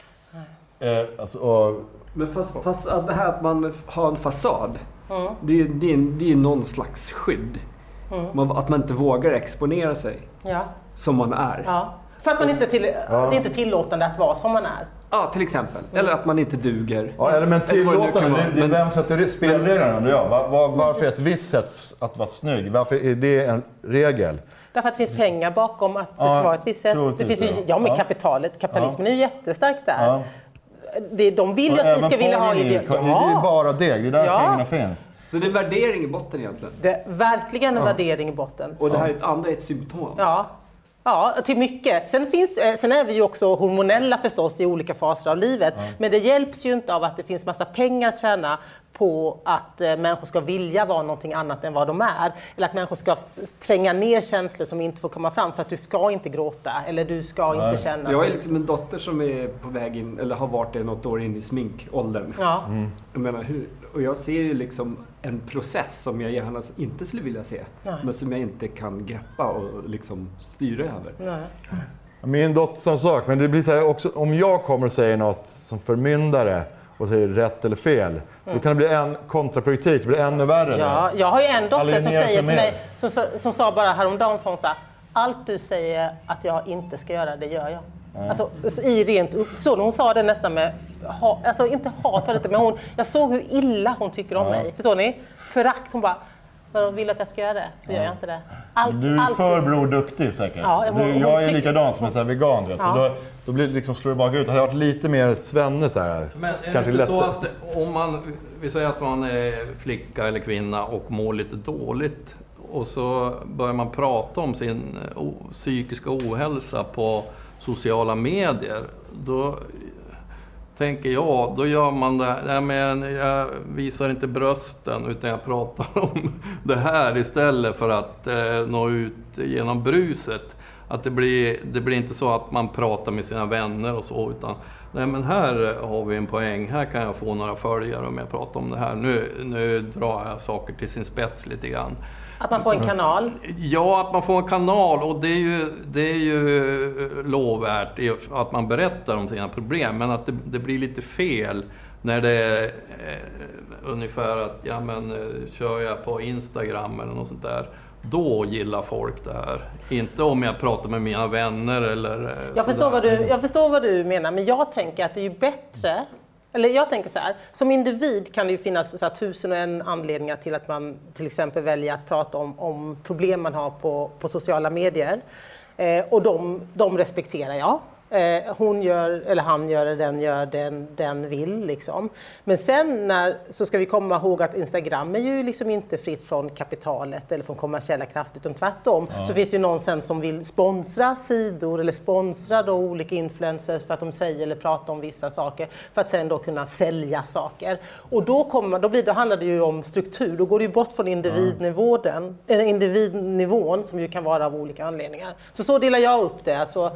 S3: Eh, alltså, och,
S6: Men fast, fast att det här att man har en fasad, mm. det, är, det, är, det är någon slags skydd. Mm. Man, att man inte vågar exponera sig
S1: ja.
S6: som man är.
S1: Ja. För att man inte till, ja. det är inte tillåtande att vara som man är.
S6: Ja, till exempel. Mm. Eller att man inte duger.
S3: Ja, eller men tillåtande, det, det är vem sätter spelreglerna undrar jag. Var, var, varför är ett visst sätt att vara snygg? Varför är det en regel?
S1: Därför att det finns pengar bakom att det ska ja, vara ett visst sätt. Det finns ju, ja, med ja. kapitalet. Kapitalismen ja. är ju jättestark där. Ja. Det, de vill ju att vi ska vilja ha idéer.
S3: Ja. Det är ju bara det, det är där ja. pengarna finns.
S6: Så det är värdering i botten egentligen?
S1: Det är verkligen en ja. värdering i botten.
S6: Och det här är ett andra ett symptom?
S1: Ja. Ja, till mycket. Sen, finns, sen är vi ju också hormonella förstås i olika faser av livet. Ja. Men det hjälps ju inte av att det finns massa pengar att tjäna på att eh, människor ska vilja vara någonting annat än vad de är. Eller att människor ska tränga ner känslor som inte får komma fram för att du ska inte gråta eller du ska Nej. inte känna.
S6: Jag har liksom en dotter som är på väg in, eller har varit det något år in i sminkåldern.
S1: Ja. Mm.
S6: Jag menar, hur, och jag ser ju liksom en process som jag gärna inte skulle vilja se. Nej. Men som jag inte kan greppa och liksom styra över.
S1: Nej.
S3: Min dotter som sak, men det blir så här också, om jag kommer och säger något som förmyndare och säger rätt eller fel, mm. då kan det bli en kontraproduktivt, det blir ännu värre.
S1: Ja, jag har ju en dotter som säger till mig, som, som sa bara häromdagen, som sa, allt du säger att jag inte ska göra, det gör jag. Mm. Alltså i rent upp, så hon sa det nästan med, ha, alltså inte hat var det, men hon, jag såg hur illa hon tycker om mm. mig, förstår ni? Förakt, hon bara, jag vill att jag ska göra det, då gör jag inte det. Allt,
S3: du är
S1: allt,
S3: för broduktig säkert.
S1: Ja, hon,
S3: du, jag är likadan som en vegan, vet, ja. så då, då blir det liksom, slår det bara ut. Det hade varit lite mer Svenne så här.
S4: Men är det inte så att om man, vi säger att man är flicka eller kvinna och mår lite dåligt och så börjar man prata om sin o, psykiska ohälsa på sociala medier, då tänker jag, då gör man det, nej men jag visar inte brösten utan jag pratar om det här istället för att eh, nå ut genom bruset. Att det blir, det blir inte så att man pratar med sina vänner och så, utan nej men här har vi en poäng, här kan jag få några följare om jag pratar om det här. Nu, nu drar jag saker till sin spets lite grann.
S1: Att man får en kanal?
S4: Ja, att man får en kanal, och det är ju, det är ju lovvärt att man berättar om sina problem, men att det, det blir lite fel när det är eh, ungefär att ja, men, kör jag på Instagram eller något sånt där, då gillar folk det här. Inte om jag pratar med mina vänner eller
S1: jag förstår, vad du, jag förstår vad du menar, men jag tänker att det är ju bättre. Eller jag tänker så här, som individ kan det ju finnas så här tusen och en anledningar till att man till exempel väljer att prata om, om problem man har på, på sociala medier. Eh, och de, de respekterar jag. Eh, hon gör, eller han gör det, den gör, den, den vill liksom. Men sen när, så ska vi komma ihåg att Instagram är ju liksom inte fritt från kapitalet eller från kommersiella krafter, utan tvärtom. Ja. Så finns det ju någon sen som vill sponsra sidor eller sponsra då olika influencers för att de säger eller pratar om vissa saker för att sen då kunna sälja saker. Och då, kommer, då, blir, då handlar det ju om struktur, då går det ju bort från individnivån, eller individnivån som ju kan vara av olika anledningar. Så så delar jag upp det. Alltså,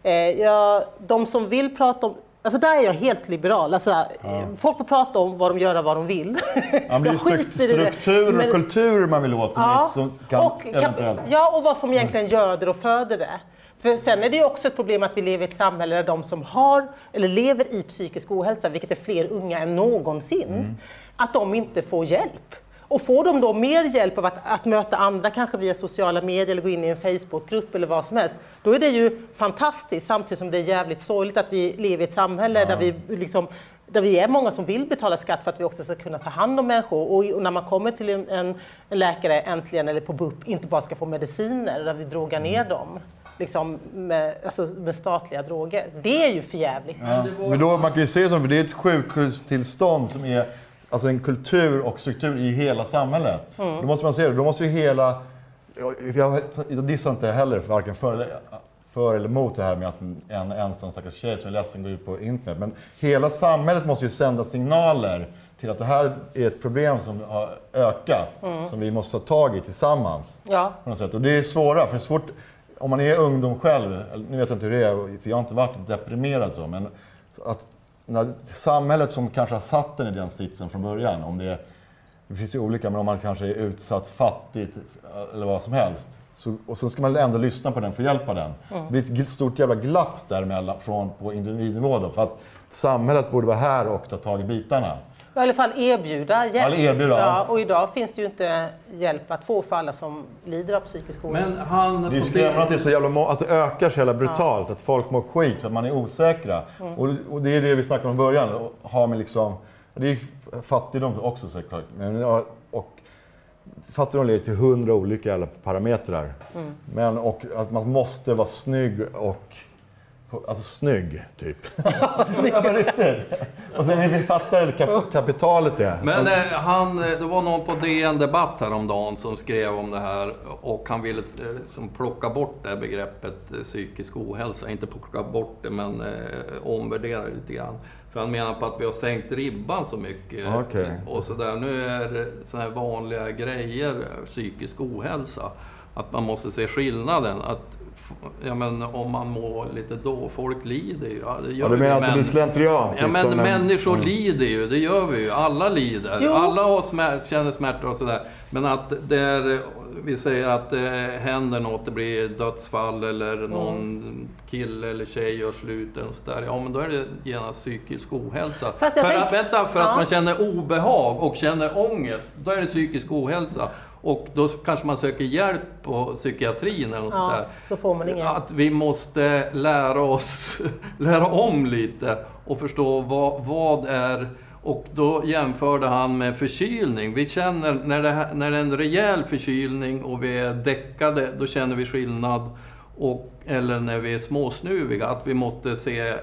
S1: Ja, de som vill prata om, alltså där är jag helt liberal. Alltså, ja. Folk får prata om vad de gör och vad de vill.
S3: Ja, det är ju strukturer och men, kulturer man vill åt som, ja, är, som kan och, eventuellt. Ja,
S1: och vad som egentligen gör det och föder det. För sen är det ju också ett problem att vi lever i ett samhälle där de som har eller lever i psykisk ohälsa, vilket är fler unga än någonsin, mm. att de inte får hjälp. Och får de då mer hjälp av att, att möta andra, kanske via sociala medier eller gå in i en Facebookgrupp eller vad som helst, då är det ju fantastiskt, samtidigt som det är jävligt sorgligt att vi lever i ett samhälle ja. där, vi liksom, där vi är många som vill betala skatt för att vi också ska kunna ta hand om människor. Och, och när man kommer till en, en, en läkare äntligen eller på B U P inte bara ska få mediciner där vi drogar ner dem. Liksom med, alltså med statliga droger. Det är ju förjävligt.
S3: Ja. Men då, man kan ju se det som, för det är ett sjukhustillstånd som är alltså en kultur och struktur i hela samhället. Mm. Då måste man se det. Då måste ju hela... Jag, jag dissar inte heller varken för, för eller emot det här med att en ensam stackars tjej som är ledsen går ut på internet. Men hela samhället måste ju sända signaler till att det här är ett problem som har ökat. Mm. Som vi måste ta tag i tillsammans. Ja. På något sätt. Och det är svåra. För det är svårt, om man är ungdom själv, nu vet jag inte hur det är, för jag har inte varit deprimerad så, men att när samhället som kanske har satt den i den sitsen från början, om det, är, det finns ju olika, men om man kanske är utsatt fattigt eller vad som helst, så, och så ska man ändå lyssna på den för att hjälpa den. Mm. Det blir ett stort jävla glapp däremellan från på individnivå då, fast samhället borde vara här och ta tag i bitarna.
S1: I alla fall erbjuda hjälp.
S3: Alla erbjuda.
S1: Ja, och idag finns det ju inte hjälp att få för alla som lider av psykisk ohälsa.
S4: Men han...
S3: Det är skrämmande att det är så jävla att det ökar så jävla brutalt, ja. Att folk mår skit för att man är osäkra. Mm. Och, och det är det vi snackade om i början. Och har med liksom, det är fattigdom också såklart. Men, och fattigdom leder till hundra olika jävla parametrar. Mm. Men och att man måste vara snygg och alltså snygg, typ. Ja, snygg. Ja, riktigt. Och sen är vi fattar kap- kapitalet det.
S4: Men eh, han, det var någon på D N Debatt häromdagen som skrev om det här och han ville eh, som plocka bort det här begreppet eh, psykisk ohälsa. Inte plocka bort det, men eh, omvärdera det lite grann. För han menar på att vi har sänkt ribban så mycket.
S3: Okay.
S4: Och så där. Nu är det såna här vanliga grejer, psykisk ohälsa. Att man måste se skillnaden. Att ja, men om man mår lite då, folk lider ju. Ja, det gör
S3: ja, du menar
S4: vi,
S3: att det blir slentrian?
S4: Ja, men
S3: typ
S4: människor
S3: en...
S4: lider ju, det gör vi ju. Alla lider. Jo. Alla har smär, känner smärta och sådär. Men att där vi säger att det händer något, det blir dödsfall eller någon mm. kille eller tjej gör slut och sådär. Ja, men då är det genast psykisk ohälsa. För, tänk... att, vänta, för ja. att man känner obehag och känner ångest, då är det psykisk ohälsa. Och då kanske man söker hjälp på psykiatrin eller något
S1: ja,
S4: sånt där.
S1: Så får man ingen.
S4: Att vi måste lära oss, lära om lite och förstå vad, vad är... Och då jämförde han med förkylning. Vi känner, när det, när det är en rejäl förkylning och vi är däckade, då känner vi skillnad. Och, eller när vi är småsnuviga, att vi måste se...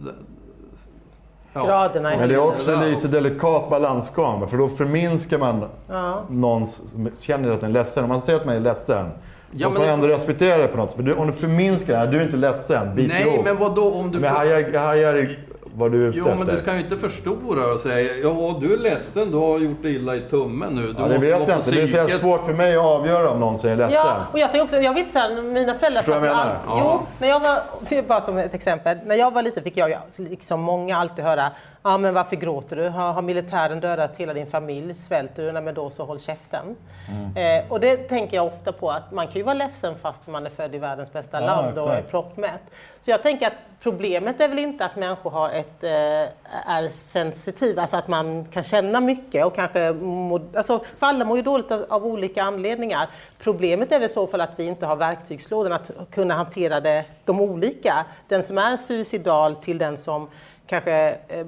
S1: Ja. Graderna.
S3: Men det är också lite delikat balansgång, för då förminskar man ja. någon som känner att den är ledsen. Om man säger att man är ledsen, ja, måste man ändå respektera det på något sätt. För du, om du förminskar den, du är inte ledsen, bit
S4: Nej, ihop. Men vad då om du...
S3: Men hajar, hajar vad du är ute
S4: jo,
S3: efter.
S4: Men du ska ju inte förstora och säga, ja du är ledsen, du har gjort det illa i tummen nu. Du
S3: ja, det vet jag inte, psyket. Det är så svårt för mig att avgöra om någon säger ledsen.
S1: Ja, och jag tänker också, jag vet så här, mina föräldrar sa
S3: att
S1: all... ja. Jo, när jag var, bara som ett exempel, när jag var liten fick jag, liksom många alltid höra, ja men varför gråter du? Har, har militären dödat hela din familj? Svälter du? Nej, men då så håll käften. Mm. Eh, och det tänker jag ofta på, att man kan ju vara ledsen fast man är född i världens bästa ja, land och är proppmätt. Så jag tänker att problemet är väl inte att människor har ett, eh, är sensitiva, alltså att man kan känna mycket och kanske, må, alltså för alla mår ju dåligt av, av olika anledningar. Problemet är väl så fall att vi inte har verktygslådan att kunna hantera det, de olika. Den som är suicidal till den som kanske eh,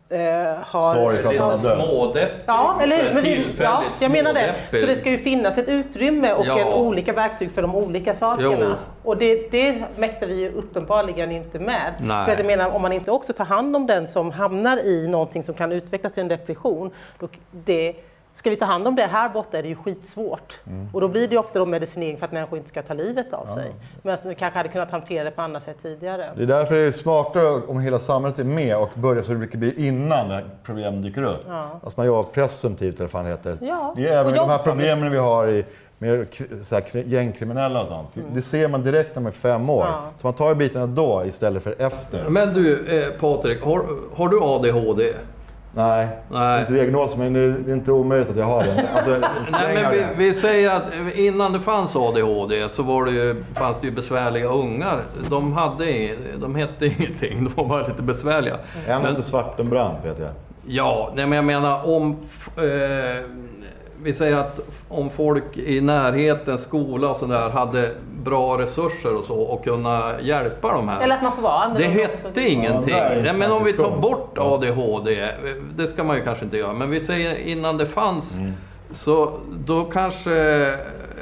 S1: har...
S3: Sorry för att han har dött.
S4: Smådeppig.
S1: Ja, eller hur? Men vi, ja, jag menar det.
S4: smådeppig.
S1: Så det ska ju finnas ett utrymme och
S4: Ja.
S1: en olika verktyg för de olika sakerna.
S4: Jo.
S1: Och det, det mäktar vi ju uppenbarligen inte med.
S4: Nej.
S1: För att jag menar, om man inte också tar hand om den som hamnar i någonting som kan utvecklas till en depression, då det... Ska vi ta hand om det här borta är det ju skitsvårt. Mm. Och då blir det ju ofta då medicinering för att människor inte ska ta livet av sig. Men vi kanske hade kunnat hantera det på andra sätt tidigare.
S3: Det är därför det är smartare om hela samhället är med och börjar så det brukar bli innan när problem dyker upp. Ja. Alltså man jobbar presumtivt eller vad fan det heter.
S1: Ja.
S3: Det är även
S1: Och
S3: de här
S1: jobba
S3: problemen vi har i med så här, gängkriminella och sånt. Mm. Det ser man direkt när man är fem år. Ja. Så man tar ju bitarna då istället för efter.
S4: Men du eh, Patrik, har, har du A D H D?
S3: Nej,
S4: Nej.
S3: inte diagnos, men det är inte omöjligt att jag har det. Alltså,
S4: Nej, men vi, vi säger att innan det fanns A D H D så var det ju, fanns det ju besvärliga ungar. De, hade, de hette ingenting, de var bara lite besvärliga.
S3: En hette Svartenbrandt, vet jag.
S4: Ja, nej, men jag menar om... Eh, vi säger att om folk i närheten, skola och sådär hade bra resurser och så och kunna hjälpa de här.
S1: Eller att man får vara
S4: det hette också. Ingenting. Ja,
S3: ja,
S4: men om vi tar bort A D H D, det ska man ju kanske inte göra. Men vi säger innan det fanns, mm. så då kanske... Eh,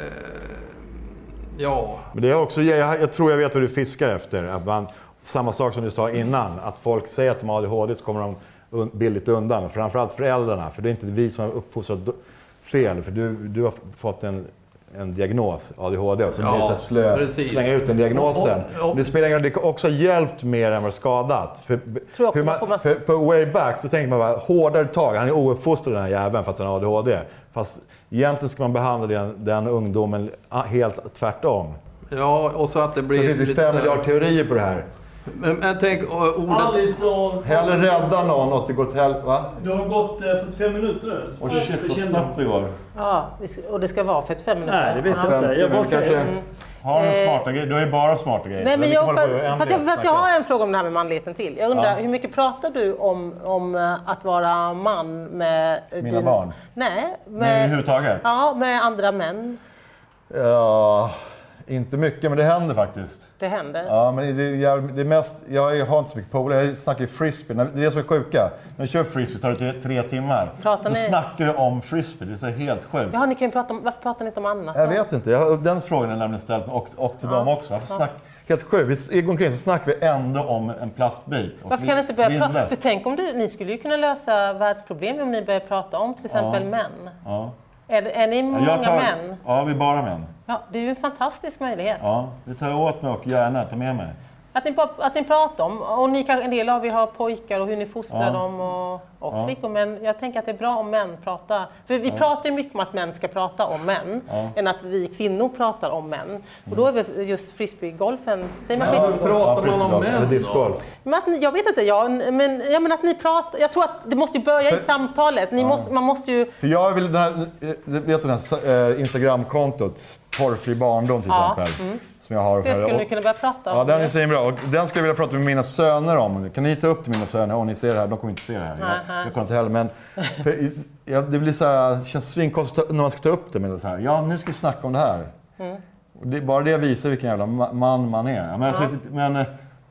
S4: ja.
S3: Men det är också, jag, jag tror jag vet vad du fiskar efter. Att man, samma sak som du sa innan, att folk säger att de har A D H D så kommer de un, billigt undan. Framförallt föräldrarna, för det är inte vi som har uppfostrat fel, för du, du har fått en, en diagnos, A D H D, och så
S4: ja,
S3: blir det så slö, slänga ut den diagnosen. Och, och, och. Det spelar ingen roll, det har också hjälpt mer än vad skadat. För,
S1: tror
S3: hur man, man... för, på way back, då tänker man bara, hårdare tag, han är ouppfostrad den här jäveln fast han har A D H D. Fast egentligen ska man behandla den, den ungdomen helt tvärtom.
S4: Ja, och så att det blir...
S3: Så finns det fem miljarder teorier på det här.
S4: Men, men tänk ordet...
S2: Alice och...
S3: Hellre rädda någon och det går till helvete, va?
S2: Det har gått fyrtiofem minuter nu.
S3: Och shit, vad snabbt det går.
S1: Ja, och det ska vara fyrtiofem minuter.
S2: Nej, det vet jag inte. Jag bara säger...
S3: Mm. Har du smarta grejer? Du är bara smarta grejer.
S1: Nej, men jag, fast, fast, jag, fast jag har en fråga om det här med manligheten till. Jag undrar, ja. hur mycket pratar du om, om att vara man med...
S3: Mina
S1: din,
S3: barn?
S1: Nej. Med,
S3: med överhuvudtaget?
S1: Ja, med andra män.
S3: Ja, inte mycket, men det händer faktiskt.
S1: Det händer?
S3: Ja, men det, jag, det är mest, jag har inte så mycket polare, jag snackar ju frisbee. Det är det som är sjuka. När vi kör frisbee tar det tre timmar.
S1: Pratar
S3: Då
S1: ni?
S3: snackar vi om frisbee, det är så helt sjukt.
S1: Ja, ni kan ju prata om, varför pratar ni inte om annat?
S3: Jag vet inte, jag har, den frågan är nämligen ställd och, och till ja. dem också. Varför ja. snack, helt sjukt, vi går omkring så snackar vi ändå om en plastbit.
S1: Varför kan ni inte börja prata? För tänk om du, ni skulle ju kunna lösa världsproblem om ni börjar prata om till exempel ja. män. Ja. Är, är ni många tar, män?
S3: Ja, vi är bara män.
S1: Ja, det är ju en fantastisk möjlighet.
S3: Ja, det tar jag åt mig och gärna ta med mig.
S1: Att ni, att ni pratar om, och ni kan, en del av er har pojkar och hur ni fostrar ja. dem och, och ja. flickor, men jag tänker att det är bra om män pratar. För vi ja. pratar ju mycket om att män ska prata om män, ja. än att vi kvinnor pratar om män. Mm. Och då är väl just frisbeegolfen, säger man frisbeegolf?
S4: Ja, pratar man om män
S3: då?
S1: Men att, jag vet inte, ja, men, ja, men att ni pratar, jag tror att det måste ju börja för, i samtalet. Ni ja. måste, man måste ju...
S3: För jag vill, den här, vet den här äh, Instagram-kontot, Porrfri barndom till
S1: ja.
S3: exempel.
S1: Mm.
S3: Som jag har
S1: det skulle och, ni kunna börja prata om.
S3: Ja, den är så bra. Och den skulle jag vilja prata med mina söner om. Kan ni ta upp till mina söner? Om ni ser det här, de kommer inte se det här. Jag, jag kommer inte heller, men för, ja, det blir så här, det känns svinkonstigt när man ska ta upp det med så här. Ja, nu ska vi snacka om det här. Mm. Och det, bara det visar vilken jävla man man är. Men, ja. så, men,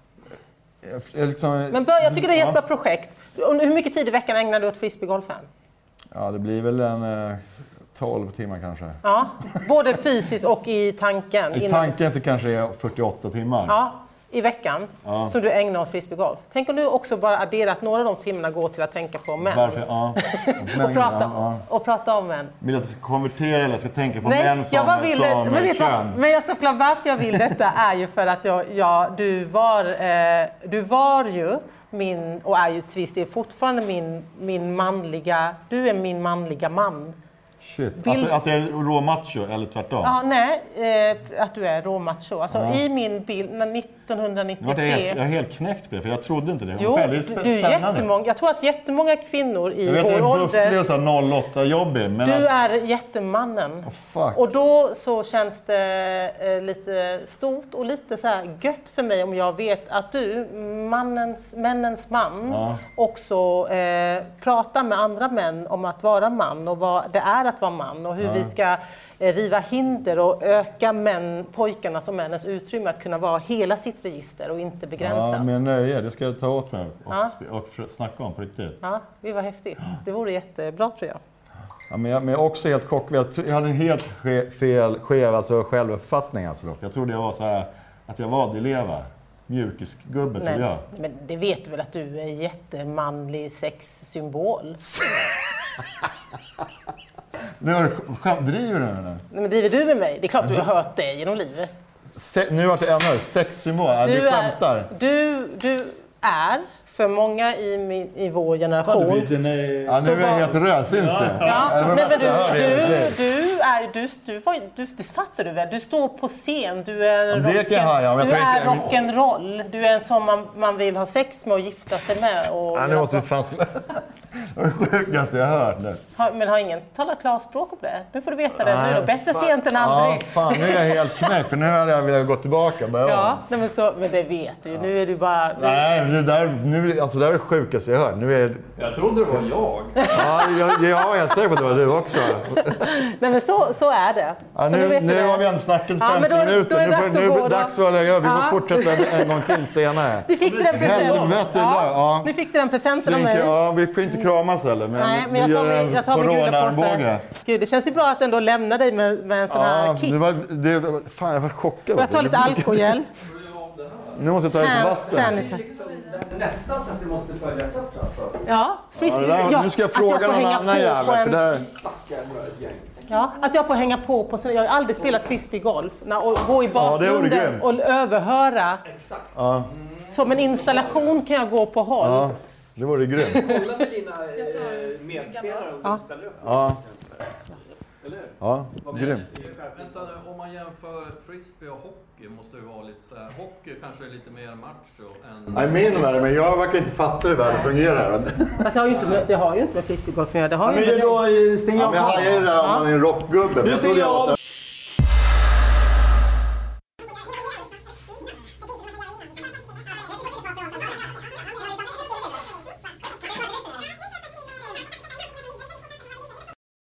S3: liksom,
S1: men bör, jag tycker det är ett jättebra ja. projekt. Hur mycket tid i veckan ägnar du åt frisbeegolfen?
S3: Ja, det blir väl en... tolv timmar kanske.
S1: Ja, både fysiskt och i tanken.
S3: I tanken så kanske det är fyrtioåtta timmar.
S1: Ja, i veckan ja. som du ägnar åt frisbeegolf. Tänk om du också bara adderar att några av de timmarna går till att tänka på män.
S3: Varför? Ja.
S1: och, prata, ja. och prata om män.
S3: Vill att jag ska konvertera eller ska tänka på
S1: Nej,
S3: män som,
S1: jag bara vill
S3: som
S1: det, men, vet
S3: kön?
S1: Men jag såklart varför jag vill detta är ju för att jag, jag, du, var, eh, du var ju min, och är ju till viss del fortfarande min, min manliga, du är min manliga man.
S3: Shit. Bild... Alltså att jag är råmacho eller tvärtom?
S1: Ja, nej, eh, att du är råmacho. Alltså ja. i min bild, nittonhundranittiotre...
S3: Jag är, helt, jag är helt knäckt på det, för jag trodde inte det.
S1: Jo,
S3: själv, det är sp-
S1: du är jättemånga. Jag tror att jättemånga kvinnor i
S3: jag vet,
S1: vår
S3: jag
S1: ålder...
S3: Jag vet att jag är noll åtta jobbig. Men
S1: du
S3: att...
S1: är jättemannen.
S3: Oh,
S1: och då så känns det eh, lite stort och lite så här gött för mig om jag vet att du, mannens, männens man, ja. också eh, pratar med andra män om att vara man och vad det är att vara man och hur ja. vi ska eh, riva hinder och öka män, pojkarnas och männens utrymme att kunna vara hela sitt register och inte begränsas.
S3: Ja, med nöje. Det ska jag ta åt mig och,
S1: Ja.
S3: och, och snacka om på riktigt.
S1: Ja, det var häftigt. Det vore jättebra tror jag.
S3: Ja, men jag men jag är också helt chockad. Jag hade en helt ske, fel, skev alltså, självuppfattning. Alltså. Jag trodde jag var så här, att jag var Dileva. Mjukisgubbe, tror jag.
S1: Men det vet du väl att du är en jättemanlig sexsymbol?
S3: Nu har du skämt, driver du med det?
S1: Nej, men driver du med mig? Det är klart du har hört det genom livet.
S3: Se, nu har det ännu sexsymbol. Ja, du, du skämtar.
S1: Är, du, du är, för många i, min, i vår generation...
S2: Fan, du, är...
S3: Ja, nu är jag helt röd, syns det?
S1: Ja, ja. Nej, men du,
S3: det.
S1: du, du, är, du, du, du, det fattar du väl? Du står på scen, du är,
S3: ja, det kan jag, ja.
S1: du
S3: jag
S1: är
S3: inte...
S1: rock'n'roll. Du är en som man, man vill ha sex med och gifta sig med. Och
S3: ja, nu måste vi fan... Det var det sjukaste jag hört nu.
S1: Men har ingen talat klarspråk om det? Nu får du veta det. Nu är det bättre sent än aldrig.
S3: Ja, fan, nu är jag helt knäckt. För nu hade jag velat gå tillbaka. Bara,
S1: ja, nej, men, så, men det vet du ju. Nu är du bara... Nu...
S3: Nej, det där, nu, alltså, det där är det sjukaste jag hört. Nu är...
S4: Jag trodde det var jag.
S3: Ja, jag, jag är helt säker på att det var du också.
S1: Nej, men så, så är det.
S3: Ja, nu nu, nu har vi ändå snackat femtio ja, då, minuter. Då är det nu får, nu är det dags att lägga. Vi får ja. fortsätta en gång till senare.
S1: Du fick den presenten.
S3: Ja, ja.
S1: Nu fick du den presenten av mig.
S3: Ja, vi får inte kramas heller. Men
S1: nej, men jag tar mig, jag tar mig gula Gud, det känns ju bra att ändå lämna dig med, med en sån
S3: ja,
S1: här kick.
S3: Det var, det var, fan, jag var chockad.
S1: Får jag ta lite alkohol?
S3: Nu måste jag ta lite vatten.
S6: Det är liksom nästan så att det måste följas upp alltså.
S1: Ja,
S3: ja, där, ja, nu ska jag fråga jag någon annan jävel. En... Där...
S1: Ja, att jag får hänga på på sin... Jag har aldrig spelat frisbeegolf. Och gå i bakgrunden ja, och överhöra.
S6: Exakt.
S3: Ja.
S1: Som en installation kan jag gå på håll.
S3: Ja, det var det grymt.
S6: Kolla med dina eh, medspelare om
S1: ja.
S6: du ställer upp.
S3: Ja.
S6: Eller?
S3: Ja, grymt.
S4: Vänta nu, om man jämför frisbee och hockey måste det vara lite så här. Hockey kanske är lite mer macho än...
S3: Nej, min med det, men jag verkar inte fatta hur världen fungerar.
S1: Fast det har ju inte med, det har ju inte med frisbeegolf att göra. Det har
S2: ja,
S1: ju
S2: men
S1: med
S2: då stänger jag av.
S3: Ja, men jag har ju det där om man är en rockgubbe.
S2: Du stänger av.